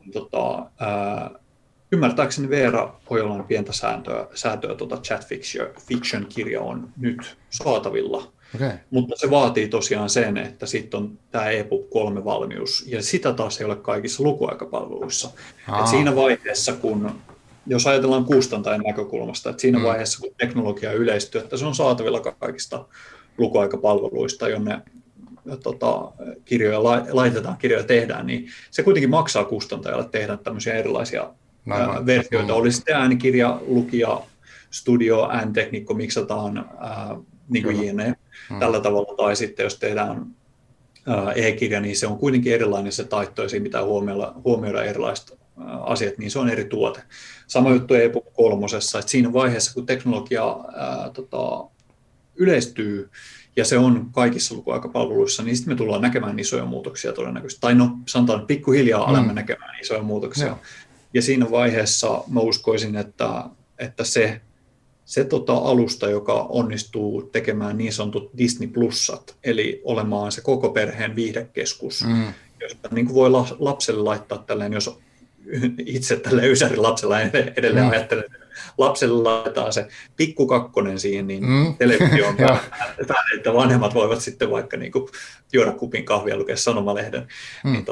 Ymmärtääkseni Veera Ojolan Pientä säätöä Chat Fiction-kirja on nyt saatavilla Okay. Mutta se vaatii tosiaan sen, että sitten on tämä EPUB 3-valmius, ja sitä taas ei ole kaikissa lukuaikapalveluissa. Et siinä vaiheessa, jos ajatellaan kustantajan näkökulmasta, että siinä vaiheessa, kun teknologia yleistyy, että se on saatavilla kaikista lukuaikapalveluista, jonne kirjoja laitetaan, kirjoja tehdään, niin se kuitenkin maksaa kustantajalle tehdä tämmöisiä erilaisia versioita. Oli sitten äänikirja, lukija, studio, ääniteknikko, miksataan niin kuin jne. Tällä tavalla, tai sitten jos tehdään e-kirja, niin se on kuitenkin erilainen se taitto, ja siinä pitää huomioida erilaiset asiat, niin se on eri tuote. Sama juttu EPUB 3, että siinä vaiheessa, kun teknologia yleistyy, ja se on kaikissa lukuaikapalveluissa, niin sitten me tullaan näkemään isoja muutoksia todennäköisesti. Tai no, sanotaan, pikkuhiljaa alamme näkemään isoja muutoksia. Ja siinä vaiheessa mä uskoisin, että se alusta, joka onnistuu tekemään niin sanotut Disney Plusat, eli olemaan se koko perheen viihdekeskus, josta niin kuin voi lapselle laittaa tälleen, jos itse tälle ysärin lapsella edelleen ajattelen, lapselle laitetaan se pikku kakkonen siihen, niin televisioon päälle, että vanhemmat voivat sitten vaikka niin kuin juoda kupin kahvia ja lukea sanomalehden. Niin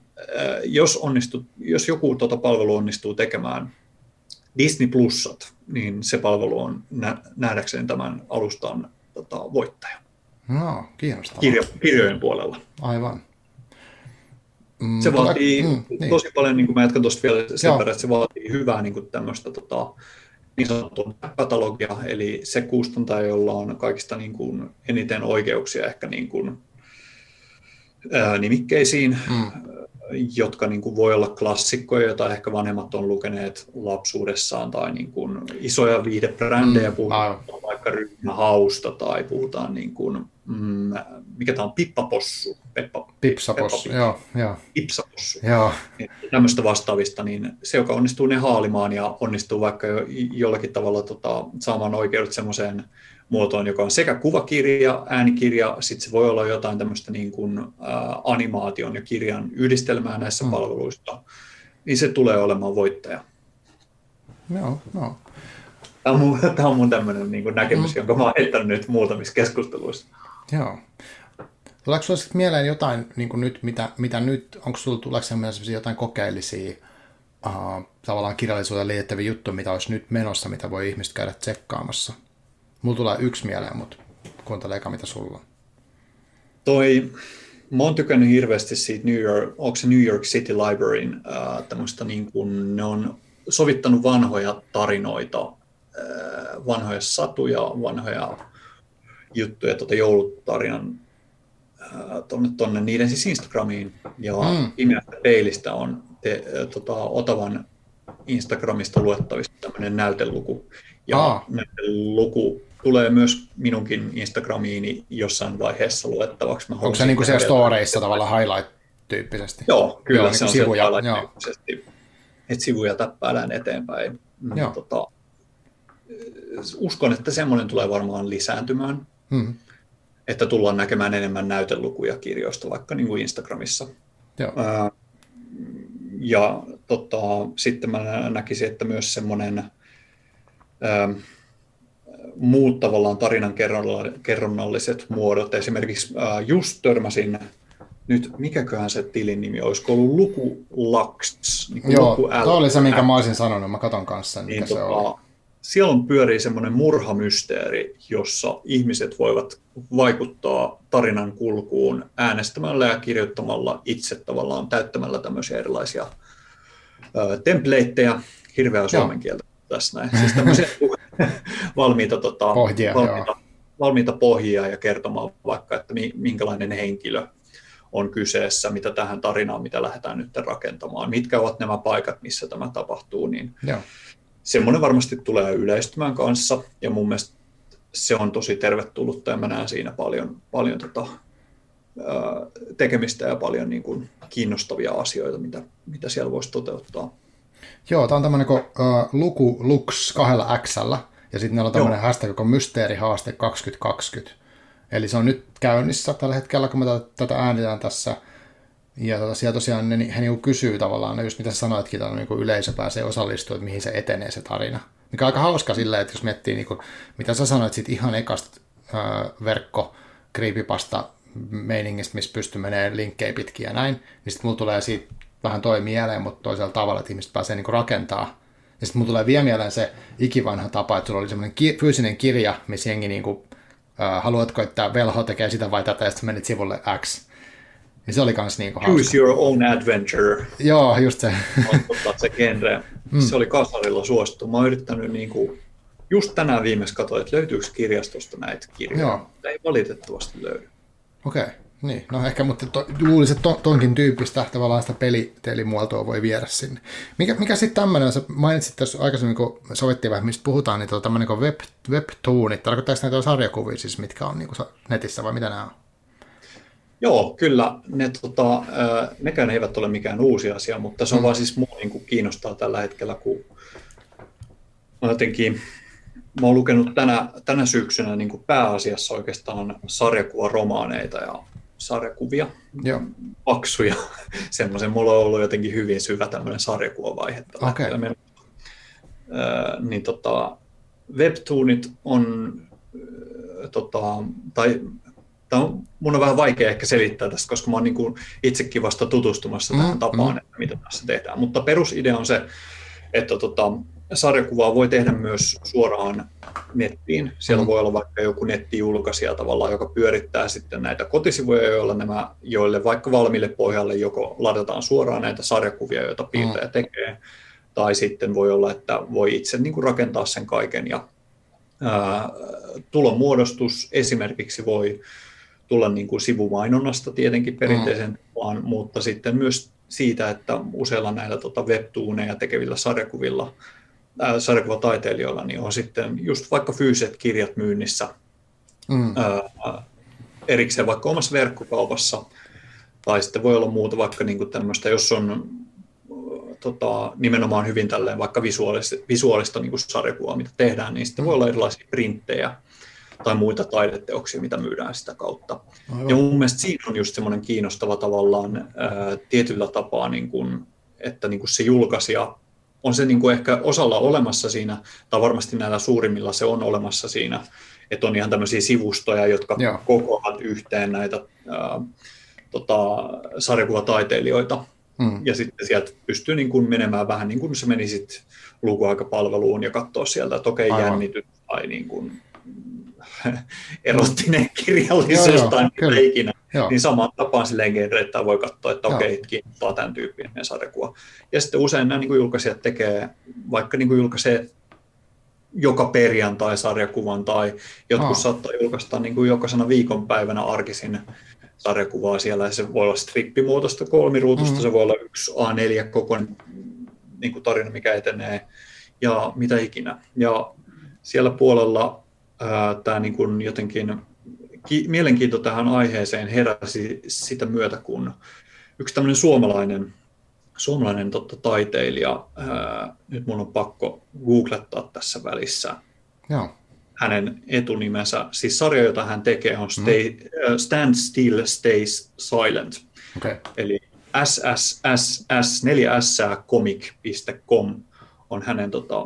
jos joku palvelu onnistuu tekemään Disney Plusat, niin se palvelu on nähdäkseni tämän alustan voittaja. No, kiinnostavaa. Kirjojen puolella. Aivan. Se vaatii tosi paljon, niin kuin mä jatkan tuosta vielä sen verran, että se vaatii hyvää niin kuin tämmöistä niin sanottua katalogia, eli se kustantaja, jolla on kaikista niin kuin eniten oikeuksia ehkä niin kuin, nimikkeisiin, jotka niin kuin voi olla klassikkoja, joita ehkä vanhemmat on lukeneet lapsuudessaan, tai niin kuin isoja viihdebrändejä, puhutaan vaikka Ryhmähausta, tai puhutaan, niin kuin, mikä tämä on, Pipsapossu. Pipsapossu. Tämmöistä vastaavista, niin se, joka onnistuu ne haalimaan ja onnistuu vaikka jollakin tavalla saamaan oikeudet semmoiseen muotoon, joka on sekä kuvakirja, äänikirja, sitten se voi olla jotain tämmöistä niin kuin animaation ja kirjan yhdistelmää näissä palveluissa, niin se tulee olemaan voittaja. Joo. Tämä on mun tämmöinen niin kuin näkemys, jonka mä oon heittänyt nyt muutamissa keskusteluissa. Joo. Tuleeko sinulla sitten mieleen jotain, niin kuin nyt, mitä nyt, onko sinulla tuleeko sellaisia jotain kokeellisia, tavallaan kirjallisuuteen liitettäviä juttuja, mitä olisi nyt menossa, mitä voi ihmiset käydä tsekkaamassa? Mulla tulee yksi mieleen, mutta kuuntele eka, mitä sulla on. Mä oon tykännyt hirveästi siitä onko se New York City Libraryn, tämmöistä niin kuin ne on sovittanut vanhoja tarinoita, vanhoja satuja, vanhoja juttuja, joulutarinan tuonne niiden siis Instagramiin, ja Pimeästä peilistä on Otavan Instagramista luettavissa tämmöinen näyteluku, ja näyteluku tulee myös minunkin Instagramiini jossain vaiheessa luettavaksi. Onko se niin kuin siellä storeissa tavallaan highlight-tyyppisesti? Joo, kyllä niin se on sivuja, highlight-tyyppisesti, että sivuja täppäillään eteenpäin. Uskon, että semmoinen tulee varmaan lisääntymään, että tullaan näkemään enemmän näytelukuja kirjoista vaikka niin kuin Instagramissa. Ja sitten mä näkisin, että myös semmoinen muut tavallaan tarinan kerronnalliset muodot. Esimerkiksi just törmäsin nyt, mikäköhän se tilin nimi, olisiko ollut Lukulaks? Niin tuo oli se, minkä mä olisin sanonut, mä katon kanssa, mikä se oli. Siellä pyörii semmoinen murhamysteeri, jossa ihmiset voivat vaikuttaa tarinan kulkuun äänestämällä ja kirjoittamalla itse tavallaan, täyttämällä tämmöisiä erilaisia templateja, hirveää suomen kieltä tässä näin, siis tämmöisiä valmiita pohjia ja kertomaan vaikka, että minkälainen henkilö on kyseessä, mitä tähän tarinaan, mitä lähdetään nyt rakentamaan, mitkä ovat nämä paikat, missä tämä tapahtuu, niin semmoinen varmasti tulee yleistymään kanssa, ja mun mielestä se on tosi tervetullutta, ja mä näen siinä paljon tekemistä ja paljon niin kuin kiinnostavia asioita, mitä siellä voisi toteuttaa. Joo, tämä on tämmöinen kuin Lukulux 2 X:llä, ja sitten meillä on tämmöinen hashtag, joka on mysteerihaaste 2020. Eli se on nyt käynnissä tällä hetkellä, kun me tätä äänitään tässä. Ja siellä tosiaan he niinku kysyy tavallaan, just mitä sä sanoitkin, että niinku yleisö pääsee osallistumaan, että mihin se etenee se tarina. Mikä on aika hauska silleen, että jos miettii, niinku, mitä sä sanoit siitä ihan ekasta creepypasta meiningistä, missä pystyy menemään linkkejä pitkin ja näin, niin sitten mulla tulee siitä vähän toi mieleen, mutta toisella tavalla, että ihmiset pääsee niinku rakentaa. Ja sitten mulla tulee vielä mieleen se ikivanha tapa, että sulla oli semmoinen fyysinen kirja, missä jengi niinku, haluatko, että velho tekee sitä vai tätä, ja sitten menit sivulle X. Niin se oli kans niinku hauska. Choose your own adventure. Joo, just se. Se genre. Se oli kasarilla suosittu. Mä oon yrittänyt niinku, just tänään viimeksi katsoa, että löytyykö kirjastosta näitä kirjoja. Mutta ei valitettavasti löydy. Okei, niin. No ehkä, mutta luulisin, että tonkin tyyppistä tavallaan sitä pelitelimuotoa voi viedä sinne. Mikä sitten tämmöinen, sä mainitsit tässä aikaisemmin, kun sovittiin vähän, mistä puhutaan, niin tämmöinen kuin webtoonit, tarkoittaako näitä sarjakuvia siis, mitkä on niinku netissä vai mitä nämä on? Joo, kyllä. Nekään eivät ole mikään uusi asia, mutta se on vaan siis mua niin kiinnostaa tällä hetkellä, kun mä oon lukenut tänä syksynä niin kuin pääasiassa oikeastaan sarjakuvaromaaneita ja sarjakuvia, paksuja. Semmoisen mulla on ollut jotenkin hyvin syvä tämmöinen sarjakuvavaihe. Okay. Niin webtoonit on, mun on vähän vaikea ehkä selittää tästä, koska mä oon niin kuin itsekin vasta tutustumassa tähän tapaan, että mitä tässä tehdään. Mutta perusidea on se, että sarjakuvaa voi tehdä myös suoraan nettiin. Siellä voi olla vaikka joku nettijulkaisija tavallaan, joka pyörittää sitten näitä kotisivuja, joille vaikka valmiille pohjalle joko ladataan suoraan näitä sarjakuvia, joita piirtäjä tekee, tai sitten voi olla, että voi itse niin kuin rakentaa sen kaiken. Ja tulonmuodostus esimerkiksi voi tulla niin kuin sivumainonnasta tietenkin perinteisen tapaan, mutta sitten myös siitä, että useilla näillä webtooneja tekevillä sarjakuvataiteilijoilla niin on sitten just vaikka fyysiset kirjat myynnissä erikseen vaikka omassa verkkokaupassa, tai sitten voi olla muuta vaikka niin kuin tämmöistä, jos on nimenomaan hyvin tälleen vaikka visuaalista niin kuin sarjakuvaa, mitä tehdään, niin sitten voi olla erilaisia printtejä tai muita taideteoksia, mitä myydään sitä kautta. Ja mun mielestä siinä on just semmoinen kiinnostava tavallaan tietyllä tapaa, niin kuin, että niin kuin se julkaisija on se niin kuin ehkä osalla olemassa siinä, tai varmasti näillä suurimmilla se on olemassa siinä, että on ihan tämmöisiä sivustoja, jotka kokoavat yhteen näitä sarjakuvataiteilijoita. Ja sitten sieltä pystyy niin kuin menemään vähän niin kuin se menisit lukuaikapalveluun ja katsoa sieltä, että okei, jännitys tai niin kuin erottinen kirjallisuus tai mitä ikinä. Niin samaan tapaan silleen genreittää voi katsoa, että okei, kiinnostaa tämän tyyppinen sarjakuva. Ja sitten usein nämä niin kuin julkaisijat tekee, vaikka niin kuin julkaisee joka perjantai sarjakuvan tai jotkut saattaa julkaista niin kuin jokaisena viikonpäivänä arkisin sarjakuvaa siellä. Se voi olla strippimuotoista kolmiruutusta, se voi olla yksi A4-kokoinen niin kuin tarina, mikä etenee ja mitä ikinä. Ja siellä puolella tämä niin kuin jotenkin mielenkiinto tähän aiheeseen heräsi sitä myötä, kun yksi tämmöinen suomalainen taiteilija, nyt mun on pakko googlettaa tässä välissä hänen etunimensä, siis sarja, jota hän tekee, on Stand Still, Stays Silent, eli sss4s.comic.com on hänen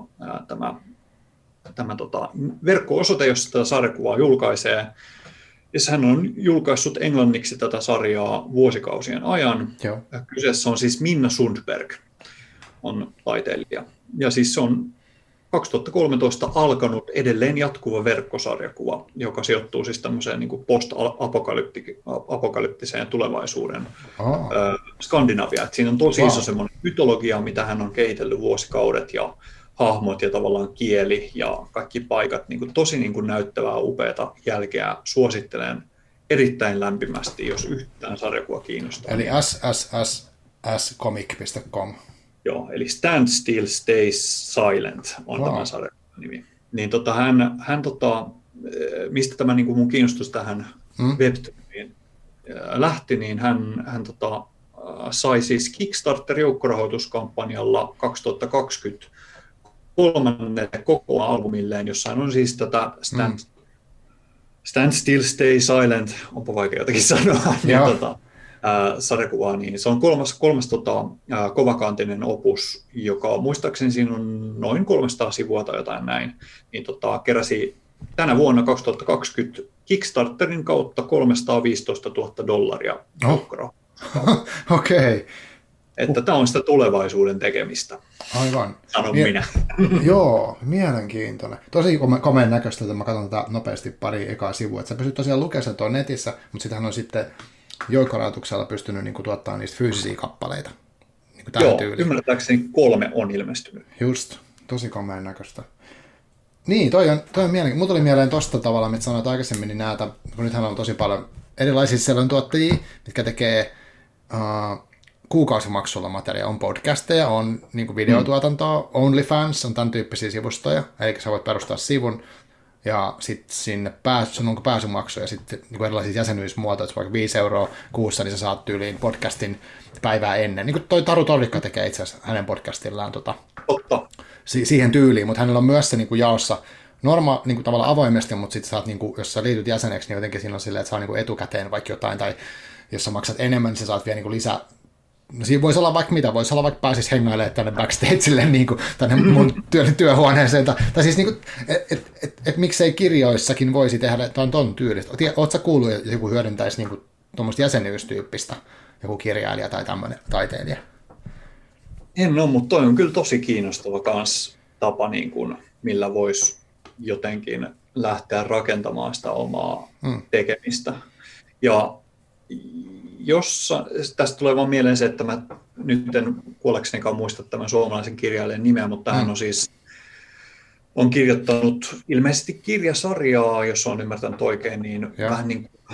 tämä verkko-osoite, jossa tätä sarjakuvaa julkaisee. Ja hän on julkaissut englanniksi tätä sarjaa vuosikausien ajan. Kyseessä on siis Minna Sundberg, on taiteilija. Ja siis se on 2013 alkanut edelleen jatkuva verkkosarjakuva, joka sijoittuu siis tämmöiseen niin kuin post-apokalyptiseen tulevaisuuden Skandinaviaan. Siinä on tosi iso semmoinen mytologia, mitä hän on kehitellyt vuosikaudet ja hahmot ja tavallaan kieli ja kaikki paikat, niin kuin tosi niin kuin näyttävää, upeata jälkeä. Suosittelen erittäin lämpimästi, jos yhtään sarjakuva kiinnostaa. Eli ssscomic.com. Joo, eli Stand Still, Stays Silent on tämän sarjakuvan nimi. Niin mistä tämä niin kuin mun kiinnostus tähän webtooniin lähti, niin hän sai siis Kickstarter-joukkorahoituskampanjalla 2020 kolmannelle koko albumilleen, jossa on siis tätä Stand Still, Stay Silent, onpa vaikea jotenkin sanoa, sarjakuvaa, niin se on kolmas kovakantinen opus, joka muistaakseni siinä on noin 300 sivua tai jotain näin, niin keräsi tänä vuonna 2020 Kickstarterin kautta $315,000 joukkorahoitusta. Okei. Että tämä on sitä tulevaisuuden tekemistä. Aivan. Sanon minä. Joo, mielenkiintoinen. Tosi komeen näköistä, että mä katson tätä nopeasti pari ekaa sivua. Että sä pystyt tosiaan lukemaan sen tuon netissä, mutta sitähän on sitten joukkorahoituksella pystynyt niin kuin tuottaa niistä fyysisiä kappaleita. Niin joo, ymmärtääkseni 3 on ilmestynyt. Just, tosi komeen näköistä. Niin, toi on mielenkiintoinen. Mulla tuli mieleen tosta tavalla, mitä sanoit aikaisemmin, niin näitä, kun nythän on tosi paljon erilaisia selontuottajia, mitkä tekee kuukausimaksulla materiaalia. On podcasteja, on niin kuin videotuotantoa, OnlyFans, on tämän tyyppisiä sivustoja, eli sä voit perustaa sivun, ja sitten sinne sun on pääsymaksu, ja sitten niin erilaisia jäsenyysmuotoja, että vaikka 5 € kuussa, niin sä saat tyyliin podcastin päivää ennen. Niin kuin toi Taru Torikka tekee itse asiassa hänen podcastillaan siihen tyyliin, mutta hänellä on myös se niin kuin jaossa niin kuin tavallaan avoimesti, mutta sitten saat, niin kuin, jos sä liityt jäseneksi, niin jotenkin siinä on silleen, että saa niin kuin etukäteen vaikka jotain, tai jos sä maksat enemmän, niin sä saat vielä niin kuin lisää. No siinä voisi olla vaikka mitä, voisi olla vaikka pääsisi hengailemaan tänne backstagelle, niin kuin, tänne mun työhuoneeseen, tai siis niin kuin, et miksei kirjoissakin voisi tehdä ton tyylistä. Oletko sä kuullut, että joku hyödyntäisi niin kuin tuommoista jäsenyystyyppistä, joku kirjailija tai tämmöinen taiteilija? En ole, mutta toi on kyllä tosi kiinnostava kans tapa, niin kuin, millä voisi jotenkin lähteä rakentamaan sitä omaa tekemistä. Ja tästä tulee vaan mieleen se, että mä nyt en kuolleksenikaan muista tämän suomalaisen kirjailijan nimeä, mutta hän on siis kirjoittanut ilmeisesti kirjasarjaa, jos on ymmärtänyt oikein, niin vähän niin kuin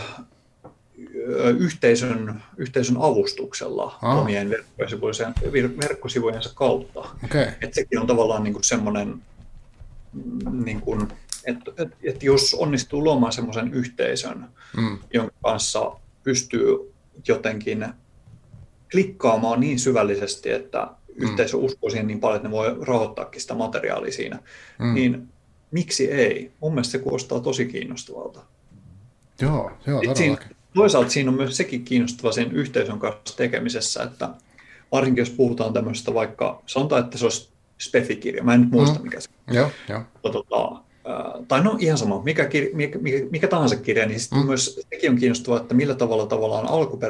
yhteisön avustuksella omien verkkosivujensa kautta. Okay. Että sekin on tavallaan niin kuin semmoinen, niin kuin, että jos onnistuu luomaan semmoisen yhteisön, jonka kanssa pystyy jotenkin klikkaamaan niin syvällisesti, että yhteisö uskoo siihen niin paljon, että ne voi rahoittaakin sitä materiaalia siinä, niin miksi ei? Mun mielestä se kuulostaa tosi kiinnostavalta. Joo, todellakin. Toisaalta siinä on myös sekin kiinnostava sen yhteisön kanssa tekemisessä, että varsinkin jos puhutaan tämmöisestä vaikka, sanotaan, että se olisi Speffi-kirja, mä en nyt muista mikä se on. Joo. Tai no ihan sama, mikä tahansa kirja, niin sitten myös sekin on kiinnostavaa, että millä tavalla tavallaan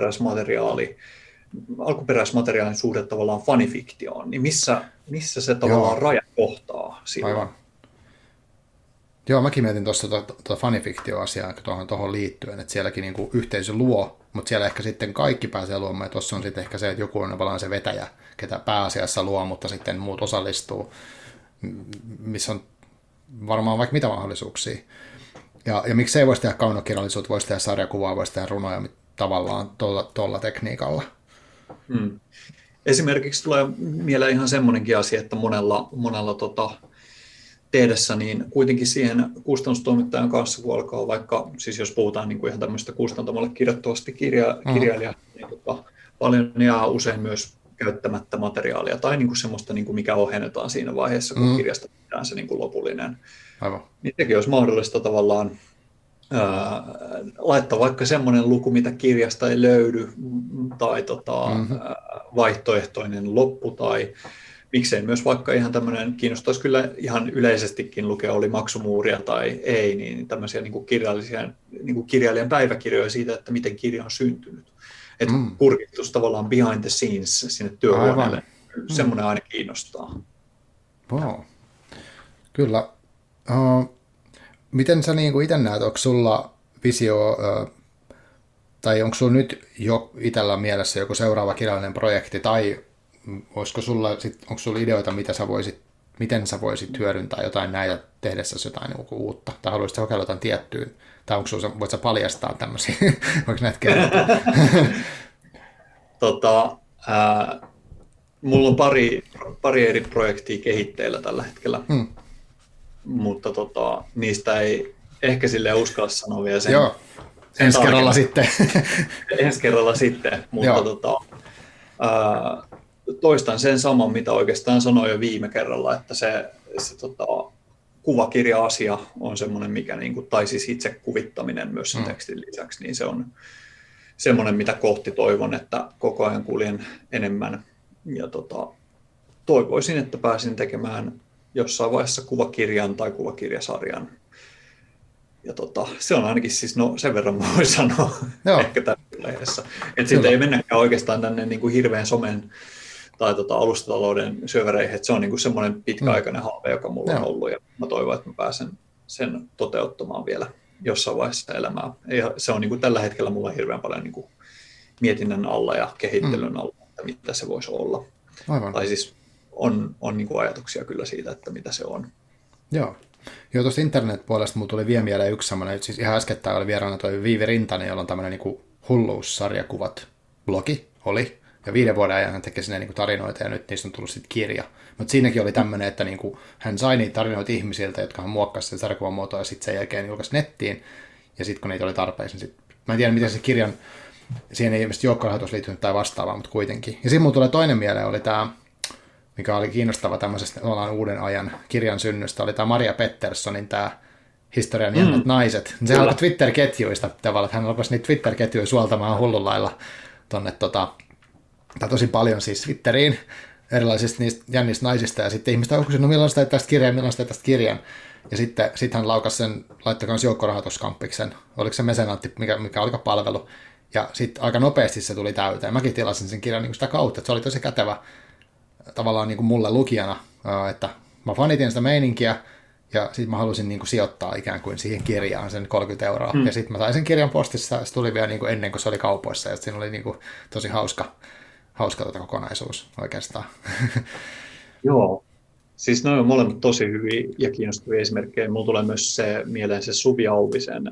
alkuperäismateriaalin suhde tavallaan fanifiktioon, niin missä se tavallaan raja kohtaa silloin. Aivan. Joo, mäkin mietin tuossa fanifiktio-asiaa tuohon liittyen, että sielläkin niinku yhteisö luo, mutta siellä ehkä sitten kaikki pääsee luomaan, ja tuossa on sitten ehkä se, että joku on tavallaan se vetäjä, ketä pääasiassa luo, mutta sitten muut osallistuu, missä on varmaan vaikka mitä mahdollisuuksia. Ja miksei voisi tehdä kaunokirjallisuutta, voisi tehdä sarjakuvaa, voisi tehdä runoja tavallaan tuolla tekniikalla. Esimerkiksi tulee mieleen ihan semmoinenkin asia, että monella tehdessä, niin kuitenkin siihen kustannustoimittajan kanssa, kun alkaa vaikka, siis jos puhutaan niin kuin ihan tämmöistä kustantamalle kirjoittavasti kirjailijaa, niin paljon jää usein myös käyttämättä materiaalia tai niin kuin semmoista, niin kuin mikä ohennetaan siinä vaiheessa, kun kirjasta tehdään se niin kuin lopullinen. Aivan. Niin sekin olisi mahdollista tavallaan laittaa vaikka semmoinen luku, mitä kirjasta ei löydy, tai vaihtoehtoinen loppu, tai miksei myös vaikka ihan tämmöinen, kiinnostaisi kyllä ihan yleisestikin lukea, oli maksumuuria tai ei, niin tämmöisiä niin kuin kirjailijan päiväkirjoja siitä, että miten kirja on syntynyt. Että kurkistus tavallaan behind the scenes sinne työhuoneelle, semmoinen aina kiinnostaa. Wow. Kyllä. Miten sä niin kuin itse näet, onko sulla visio, tai onko sulla nyt jo itsellä mielessä joku seuraava kirjallinen projekti, tai onko sulla ideoita, miten sä voisit hyödyntää jotain näitä tehdessäsi jotain niin kuin uutta, tai haluaisitko kokeilla jotain tiettyä, tai voit sä paljastaa tämmöisiä, voiko näitä kertoa? Mulla on pari eri projektia kehitteillä tällä hetkellä, mutta niistä ei ehkä silleen uskalla sanoa vielä sen. Joo, ensi kerralla sitten. Ensi kerralla sitten, mutta toistan sen saman, mitä oikeastaan sanoin jo viime kerralla, että se kuvakirja-asia on semmoinen, mikä niin kuin, tai siis itse kuvittaminen myös sen tekstin lisäksi, niin se on semmoinen, mitä kohti toivon, että koko ajan kuljen enemmän. Ja toivoisin, että pääsin tekemään jossain vaiheessa kuvakirjan tai kuvakirjasarjan. se on ainakin siis, no sen verran mä voin sanoa ehkä tässä vaiheessa. Että sitten ei mennäkään oikeastaan tänne niin kuin hirveän somen tai alustatalouden syövereihin, että se on niin kuin semmoinen pitkäaikainen haave, joka mulla on ollut, ja mä toivon, että mä pääsen sen toteuttamaan vielä jossain vaiheessa elämää. Ja se on niin kuin tällä hetkellä mulla hirveän paljon niin kuin mietinnän alla ja kehittelyn alla, että mitä se voisi olla. Aivan. Tai siis on niin kuin ajatuksia kyllä siitä, että mitä se on. Joo, tuosta internet-puolesta mulla tuli vielä mieleen yksi semmoinen, siis ihan äskettäin oli vieraana toi Viivi Rintanen, jolla on tämmöinen niin hulluussarjakuvat blogi, oli, ja 5 vuoden ajan hän teki sinne niin kuin tarinoita, ja nyt niistä on tullut sitten kirja. Mutta siinäkin oli tämmöinen, että niin kuin hän sai niitä tarinoita ihmisiltä, jotka hän muokkasi sen sarjakuvan muotoa, ja sitten sen jälkeen julkaisi nettiin, ja sitten kun niitä oli tarpeeksi, niin sitten, mä en tiedä miten se kirjan, siihen ei ilmeisesti joukkorahoitus liittynyt tai vastaavaa, mutta kuitenkin. Ja sitten mulla tulee toinen mieleen, oli tämä, mikä oli kiinnostava tämmöisestä uuden ajan kirjan synnystä, oli tämä Maria Petterssonin tämä Historian jännät naiset. Se alkoi Twitter-ketjuista tavallaan, että hän alkoi niitä Twitter-ketjuja suoltamaan hullullailla tonne tai tosi paljon siis Twitteriin erilaisista niistä jännistä naisista, ja sitten ihmiset on kysynyt, no milloin sitä tästä kirjan, ja sitten hän laukasi sen, laittoi myös joukkorahoituskampiksen, oliko se mesenaatti, mikä oli palvelu, ja sitten aika nopeasti se tuli täyteen. Mäkin tilasin sen kirjan niin kuin sitä kautta, että se oli tosi kätevä tavallaan niin kuin mulle lukijana, että mä fanitin sitä meininkiä, ja sitten mä halusin niin kuin sijoittaa ikään kuin siihen kirjaan sen 30 €, ja sitten mä sain sen kirjan postissa, ja se tuli vielä niin kuin ennen kuin se oli kaupoissa, ja siinä oli niin kuin tosi hauska kokonaisuus oikeastaan. Joo, siis ne on molemmat tosi hyviä ja kiinnostavia esimerkkejä. Mulla tulee myös se mieleen se Suvi Auvisen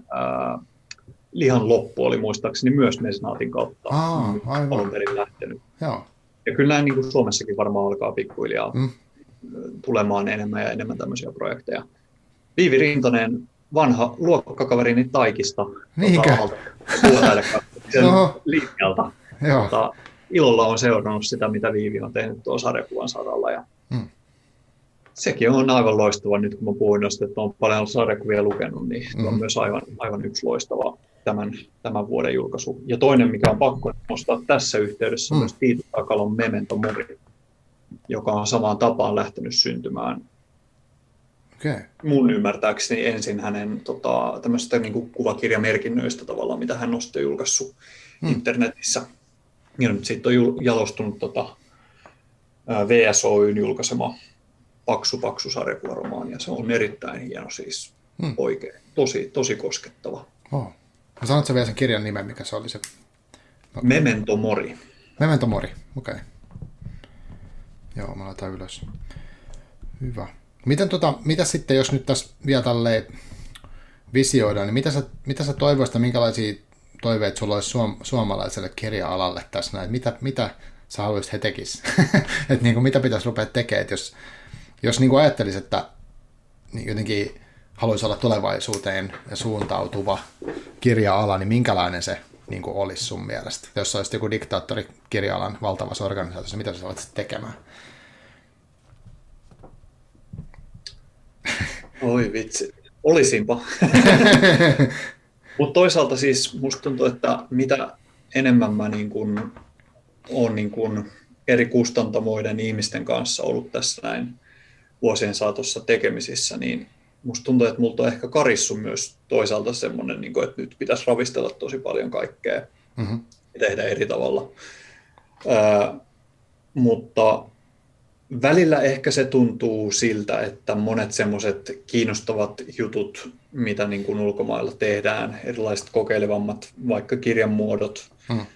Lihan loppu oli muistaakseni myös mesenaatin kautta alun perin lähtenyt. Joo. Ja kyllä näin niin kuin Suomessakin varmaan alkaa pikkuhiljaa tulemaan enemmän ja enemmän tämmöisiä projekteja. Viivi Rintanen, vanha luokkakaverini Taikista. Niinkö? Sen linjalta. Ilolla on seurannut sitä, mitä Viivi on tehnyt tuolla sarjakuvan saralla. Ja sekin on aivan loistava. Nyt kun mä puhuin noista, että on paljon sarjakuvia lukenut, niin se on myös aivan yksi loistava tämän vuoden julkaisu. Ja toinen, mikä on pakko nostaa tässä yhteydessä, on myös Tiito Takalon Memento Mori, joka on samaan tapaan lähtenyt syntymään. Okay. Mun ymmärtääkseni ensin hänen tämmöistä niin kuin kuvakirjamerkinnöistä tavallaan, mitä hän on sitten julkaissut internetissä. Ja nyt siitä on jalostunut VSOYn julkaisema paksu sarjakuvaromaani, ja se on erittäin hieno siis oikein. Tosi koskettava. Oh. Sanotko vielä sen kirjan nimen, mikä se oli se? No. Memento Mori. Memento Mori, okei. Okay. Joo, mä laitan ylös. Hyvä. Mitä sitten, jos nyt tässä vielä tälleen visioidaan, niin mitä sä toivoisit, minkälaisia toiveita sulla olisi suomalaiselle kirja-alalle tässä näin? Mitä sä haluaisit he tekis? Että niin kuin, mitä pitäisi rupea tekemään? Että jos niin kuin ajattelisi, että niin jotenkin haluaisi olla tulevaisuuteen suuntautuva kirja-ala, niin minkälainen se niin kuin olisi sun mielestä? Jos olisit joku diktaattori kirja-alan valtavassa organisaatiossa, mitä sä olisit tekemään? Oi vitsi, olisinpa. Mutta toisaalta siis musta tuntuu, että mitä enemmän mä olen eri kustantamoiden ihmisten kanssa ollut tässä näin vuosien saatossa tekemisissä, niin musta tuntuu, että multa on ehkä karissu myös toisaalta semmoinen, että nyt pitäisi ravistella tosi paljon kaikkea ja tehdä eri tavalla. Mutta välillä ehkä se tuntuu siltä, että monet semmoiset kiinnostavat jutut, mitä niin kuin ulkomailla tehdään, erilaiset kokeilevammat vaikka kirjanmuodot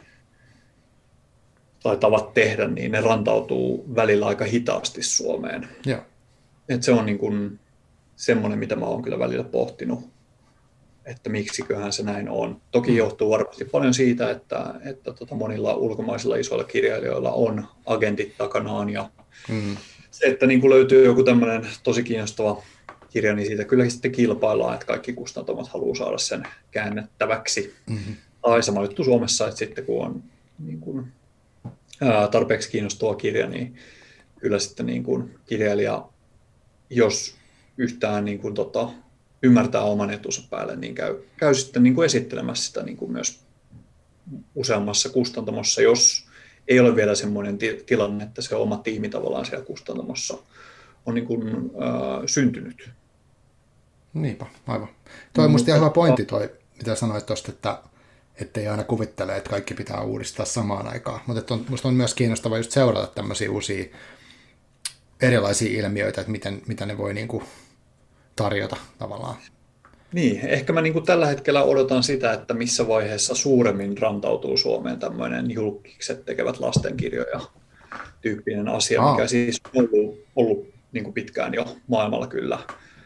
tai tavat tehdä, niin ne rantautuu välillä aika hitaasti Suomeen. Yeah. Et se on niin kuin semmoinen, mitä mä oon kyllä välillä pohtinut, että miksiköhän se näin on. Toki johtuu varmasti paljon siitä, että monilla ulkomaisilla isoilla kirjailijoilla on agentit takanaan ja se, että niin kuin löytyy joku tämmöinen tosi kiinnostava kirja, niin siitä kyllä sitten kilpaillaan, että kaikki kustantamot haluaa saada sen käännettäväksi. Tai sama juttu Suomessa, että sitten kun on niin kuin, tarpeeksi kiinnostava kirja, niin kyllä sitten niin kuin kirjailija, jos yhtään niin kuin, ymmärtää oman etunsa päälle, niin käy sitten niin kuin esittelemässä sitä niin kuin myös useammassa kustantamossa, jos ei ole vielä semmoinen tilanne, että se oma tiimi tavallaan siellä kustantamossa on niin kuin, syntynyt. Niinpä, aivan. Toi on musta ihan hyvä pointti toi, mitä sanoit tuosta, että ettei aina kuvittele, että kaikki pitää uudistaa samaan aikaan. Mutta musta on myös kiinnostavaa just seurata tämmöisiä uusia erilaisia ilmiöitä, että mitä ne voi niinku tarjota tavallaan. Niin, ehkä mä niin kuin tällä hetkellä odotan sitä, että missä vaiheessa suuremmin rantautuu Suomeen tämmöinen julkikset tekevät lastenkirjoja tyyppinen asia, mikä siis on ollut niin kuin pitkään jo maailmalla kyllä.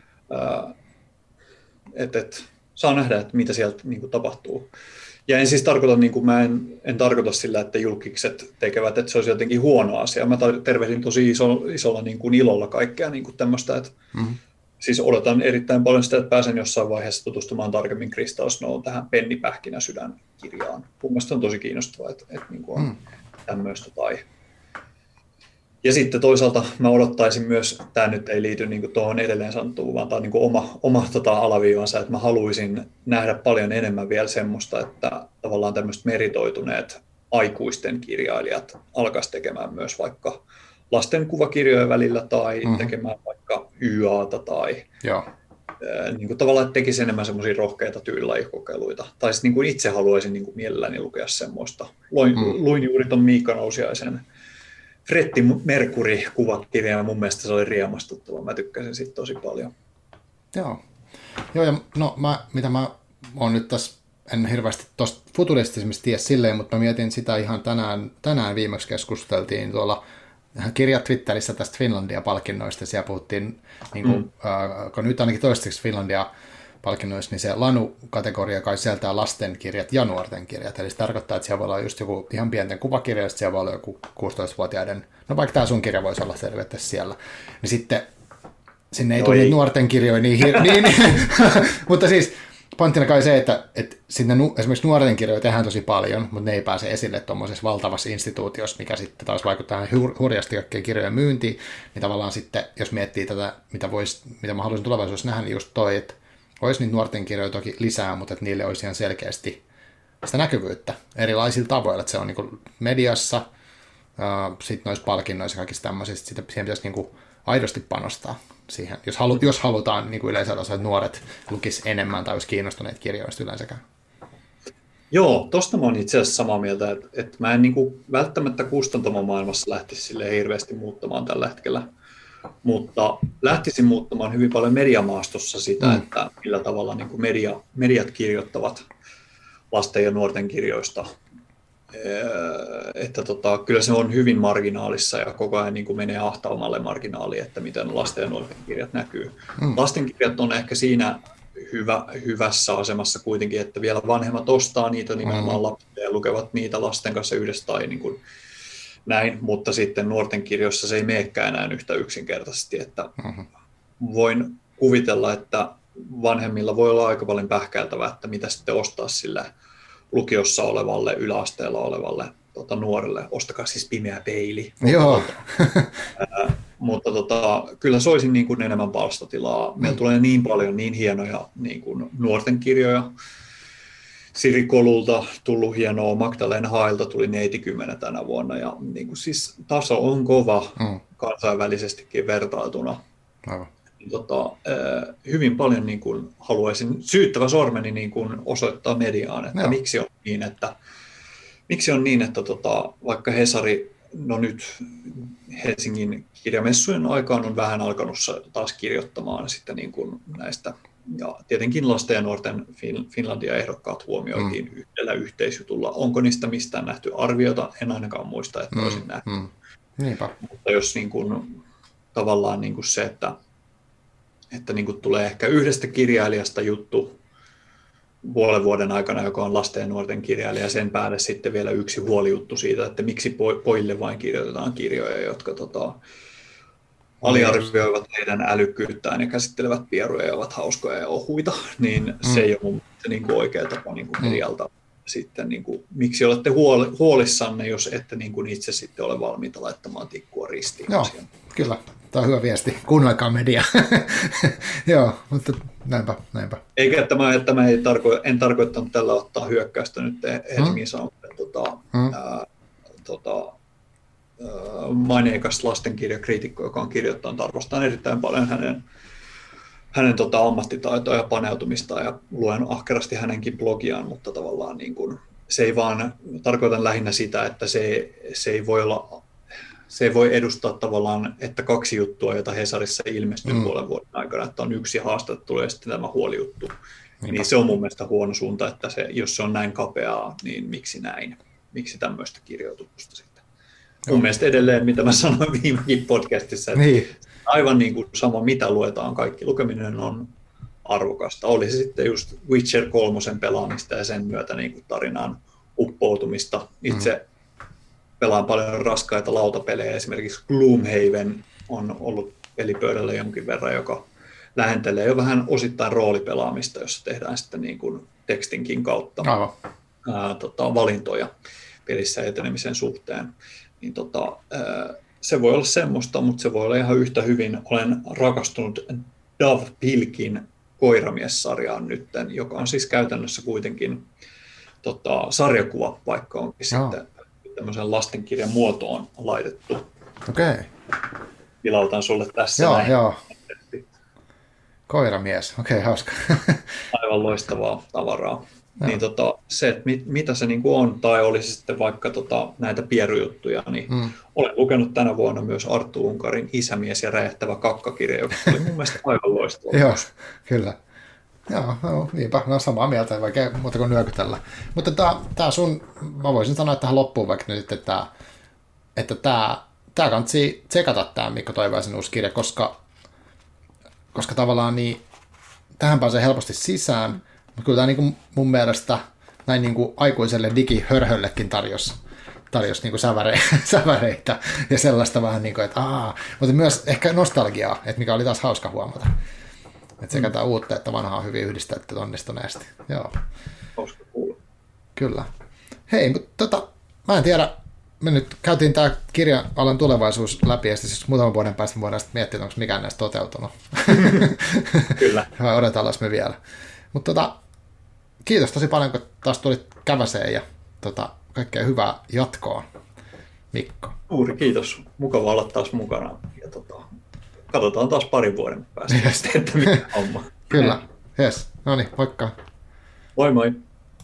Saa nähdä, että mitä sieltä niin kuin tapahtuu. Ja en siis tarkoita, niin kuin en tarkoita sillä, että julkikset tekevät, että se olisi jotenkin huono asia. Mä tervehdin tosi isolla niin kuin ilolla kaikkea niin kuin tämmöistä, että siis odotan erittäin paljon sitä, että pääsen jossain vaiheessa tutustumaan tarkemmin Crystal Snow tähän Penni Pähkinä sydän-kirjaan. Mun mielestä on tosi kiinnostavaa, että niin kuin on tämmöistä. Ja sitten toisaalta mä odottaisin myös, tämä nyt ei liity niin kuin tuohon edelleen sanottuun, vaan tämä on niin kuin oma alaviivansa, että mä haluaisin nähdä paljon enemmän vielä semmoista, että tavallaan tämmöiset meritoituneet aikuisten kirjailijat alkaisi tekemään myös vaikka lasten kuvakirjojen välillä tai tekemään vaikka YAta tai niin kuin tavallaan, että tekisi enemmän semmoisia rohkeita tyylilajikokeiluita. Tai sitten niin kuin itse haluaisin niin kuin mielelläni lukea semmoista. Luin juuri tuon Miikka Nousiaisen Fretti Merkuri-kuvakirja ja mun mielestä se oli riemastuttava. Mä tykkäsin siitä tosi paljon. Joo ja no mitä mä oon nyt tässä, en hirveästi tuosta futuristismista tiedä silleen, mutta mä mietin sitä ihan tänään viimeksi keskusteltiin tuolla kirja Twitterissä tästä Finlandia-palkinnoista, siellä puhuttiin, niin kuin, kun nyt ainakin toistaiseksi Finlandia-palkinnoissa, niin se Lanu-kategoria kai sieltää lastenkirjat ja nuorten kirjat, eli se tarkoittaa, että siellä voi olla just joku ihan pienten kuvakirja, ja siellä voi olla joku 16-vuotiaiden, no vaikka tämä sun kirja voisi olla tervettäisiin siellä, niin sitten sinne ei tule nuorten kirjoja niin mutta siis pointtina kai se, että sinne esimerkiksi nuorten kirjoja tehdään tosi paljon, mutta ne ei pääse esille tuommoisessa valtavassa instituutiossa, mikä sitten taas vaikuttaa hurjasti kaikkien kirjojen myyntiin, niin tavallaan sitten, jos miettii tätä, mitä mä haluaisin tulevaisuudessa nähdä, niin just toi, että olisi niitä nuorten kirjoja toki lisää, mutta että niille olisi ihan selkeästi sitä näkyvyyttä erilaisilla tavoilla, että se on niin kuin mediassa, sitten noissa palkinnoissa ja kaikissa tämmöisistä, siihen pitäisi niin kuin aidosti panostaa siihen, jos halutaan niin kuin yleisellä osa, että nuoret lukis enemmän tai olisi kiinnostuneet kirjoista yleensäkään. Joo, tosta mä oon itse asiassa samaa mieltä, että mä en niin kuin välttämättä kustantamomaailmassa lähtisi silleen hirveästi muuttamaan tällä hetkellä, mutta lähtisin muuttamaan hyvin paljon mediamaastossa sitä, että millä tavalla niin kuin mediat kirjoittavat lasten ja nuorten kirjoista. Että kyllä se on hyvin marginaalissa ja koko ajan niin kuin menee ahtaammalle marginaaliin, että miten lasten ja nuorten kirjat näkyy. Lastenkirjat on ehkä siinä hyvässä asemassa kuitenkin, että vielä vanhemmat ostaa niitä nimenomaan lapsille ja lukevat niitä lasten kanssa yhdessä tai niin kuin näin, mutta sitten nuorten kirjoissa se ei meekään enää yhtä yksinkertaisesti, että voin kuvitella, että vanhemmilla voi olla aika paljon pähkäiltävää, että mitä sitten ostaa sille lukiossa olevalle, yläasteella olevalle nuorelle. Ostakaa siis Pimeä peili. Joo. Mutta kyllä soisin niin kuin enemmän palstatilaa. Meillä tulee niin paljon niin hienoja niin kuin nuorten kirjoja. Siri Kolulta tullut hienoa, Magdalena Hailta tuli Neiti 10 tänä vuonna. Ja niin kuin siis taso on kova kansainvälisestikin vertailtuna. Aivan. Hyvin paljon niin kuin haluaisin syyttävä sormeni niin kuin osoittaa mediaan, että miksi on niin, että vaikka Hesari, no nyt Helsingin kirjamessujen aikaan on vähän alkanut taas kirjoittamaan sitten niin kuin näistä, ja tietenkin lasten ja nuorten Finlandia-ehdokkaat huomioitiin yhdellä yhteisjutulla. Onko niistä mistään nähty arviota? En ainakaan muista, että olisin nähty. Niinpä. Mutta jos niin kuin, tavallaan niin kuin se, että niin kuin tulee ehkä yhdestä kirjailijasta juttu puolen vuoden aikana, joka on lasten ja nuorten kirjailija, ja sen päälle sitten vielä yksi huolijuttu siitä, että miksi pojille vain kirjoitetaan kirjoja, jotka aliarvioivat heidän älykkyyttään ja käsittelevät pieruja ja ovat hauskoja ja ohuita, niin se ei ole mun mielestä niin kuin oikea tapa niin kuin medialta. Sitten, niin kuin, miksi olette huolissanne, jos ette niin kuin itse sitten ole valmiita laittamaan tikkua ristiin? Joo, kyllä. Tämä on hyvä viesti. Kuunnelkaa media. Joo, mutta näinpä. Eikä en tarkoittanut tällä ottaa hyökkäystä nyt Helsingin Sanomien maineikas lastenkirjakriitikko, joka on kirjoittanut, arvostan erittäin paljon hänen ammattitaitoa ja paneutumista ja luen ahkerasti hänenkin blogiaan, mutta tavallaan niin kuin, se ei vaan, tarkoitan lähinnä sitä, että se ei voi edustaa tavallaan, että 2 juttua, jota Hesarissa ilmestyy puolen vuoden aikana, että on 1 haastattelu ja sitten tämä huolijuttu. Niin se on mun mielestä huono suunta, että jos se on näin kapeaa, niin miksi näin? Miksi tämmöistä kirjoitusta sitten? Mun mielestä edelleen, mitä mä sanoin viimekin podcastissa, että aivan niin kuin sama, mitä luetaan, kaikki lukeminen on arvokasta. Oli se sitten just Witcher 3 pelaamista ja sen myötä niin kuin tarinaan uppoutumista. Itse pelaan paljon raskaita lautapelejä, esimerkiksi Gloomhaven on ollut pelipöydällä jonkin verran, joka lähentelee jo vähän osittain roolipelaamista, jossa tehdään sitten niin kuin tekstinkin kautta valintoja pelissä etenemisen suhteen. Niin se voi olla semmoista, mutta se voi olla ihan yhtä hyvin. Olen rakastunut Dove Pilkin Koiramies-sarjaan nytten, joka on siis käytännössä kuitenkin sarjakuva, vaikka onkin sitten tämmöisen lastenkirjan muotoon laitettu. Okei. Vilautan sulle tässä näin. Joo. Koiramies, okei, hauska. Aivan loistavaa tavaraa. Niin se, että mitä se niin kuin on, tai olisi sitten vaikka näitä pierujuttuja, niin olen lukenut tänä vuonna myös Arttu Unkarin Isämies ja räjähtävä kakkakirja, joka oli mun mielestä aivan loistava. Joo, kyllä. Joo, niinpä, no samaa mieltä, vaikka muuta kuin nyökytellä. Mutta tämä mä voisin sanoa tähän loppuun vaikka nyt, että tämä kannattaa tsekata tämä Mikko Toivaisen uusi kirja, koska tavallaan niin, tähän pääsee helposti sisään, mutta kyllä tämä niin mun mielestä näin niin kuin aikuiselle digihörhöllekin tarjosi niin kuin säväreitä ja sellaista vähän niin kuin, että mutta myös ehkä nostalgiaa, että mikä oli taas hauska huomata. Että sekä tämä uutta että vanhaa on hyvin yhdistetty onnistuneesti. Joo. Hauska kuulla. Kyllä. Hei, mutta mä en tiedä, me nyt käytiin tämä kirja-alan tulevaisuus läpi, ja siis muutaman vuoden päästä voidaan sitten miettiä, onko mikään näistä toteutunut. Kyllä. Vai odotellaan me vielä. Mutta kiitos tosi paljon, kun taas tulit käväseen, ja kaikkea hyvää jatkoa, Mikko. Suuri kiitos. Mukava olla taas mukana. Ja katsotaan taas 2 vuoden päästä, että mikä homma. Kyllä. Yes. No niin, moikka. Moi moi.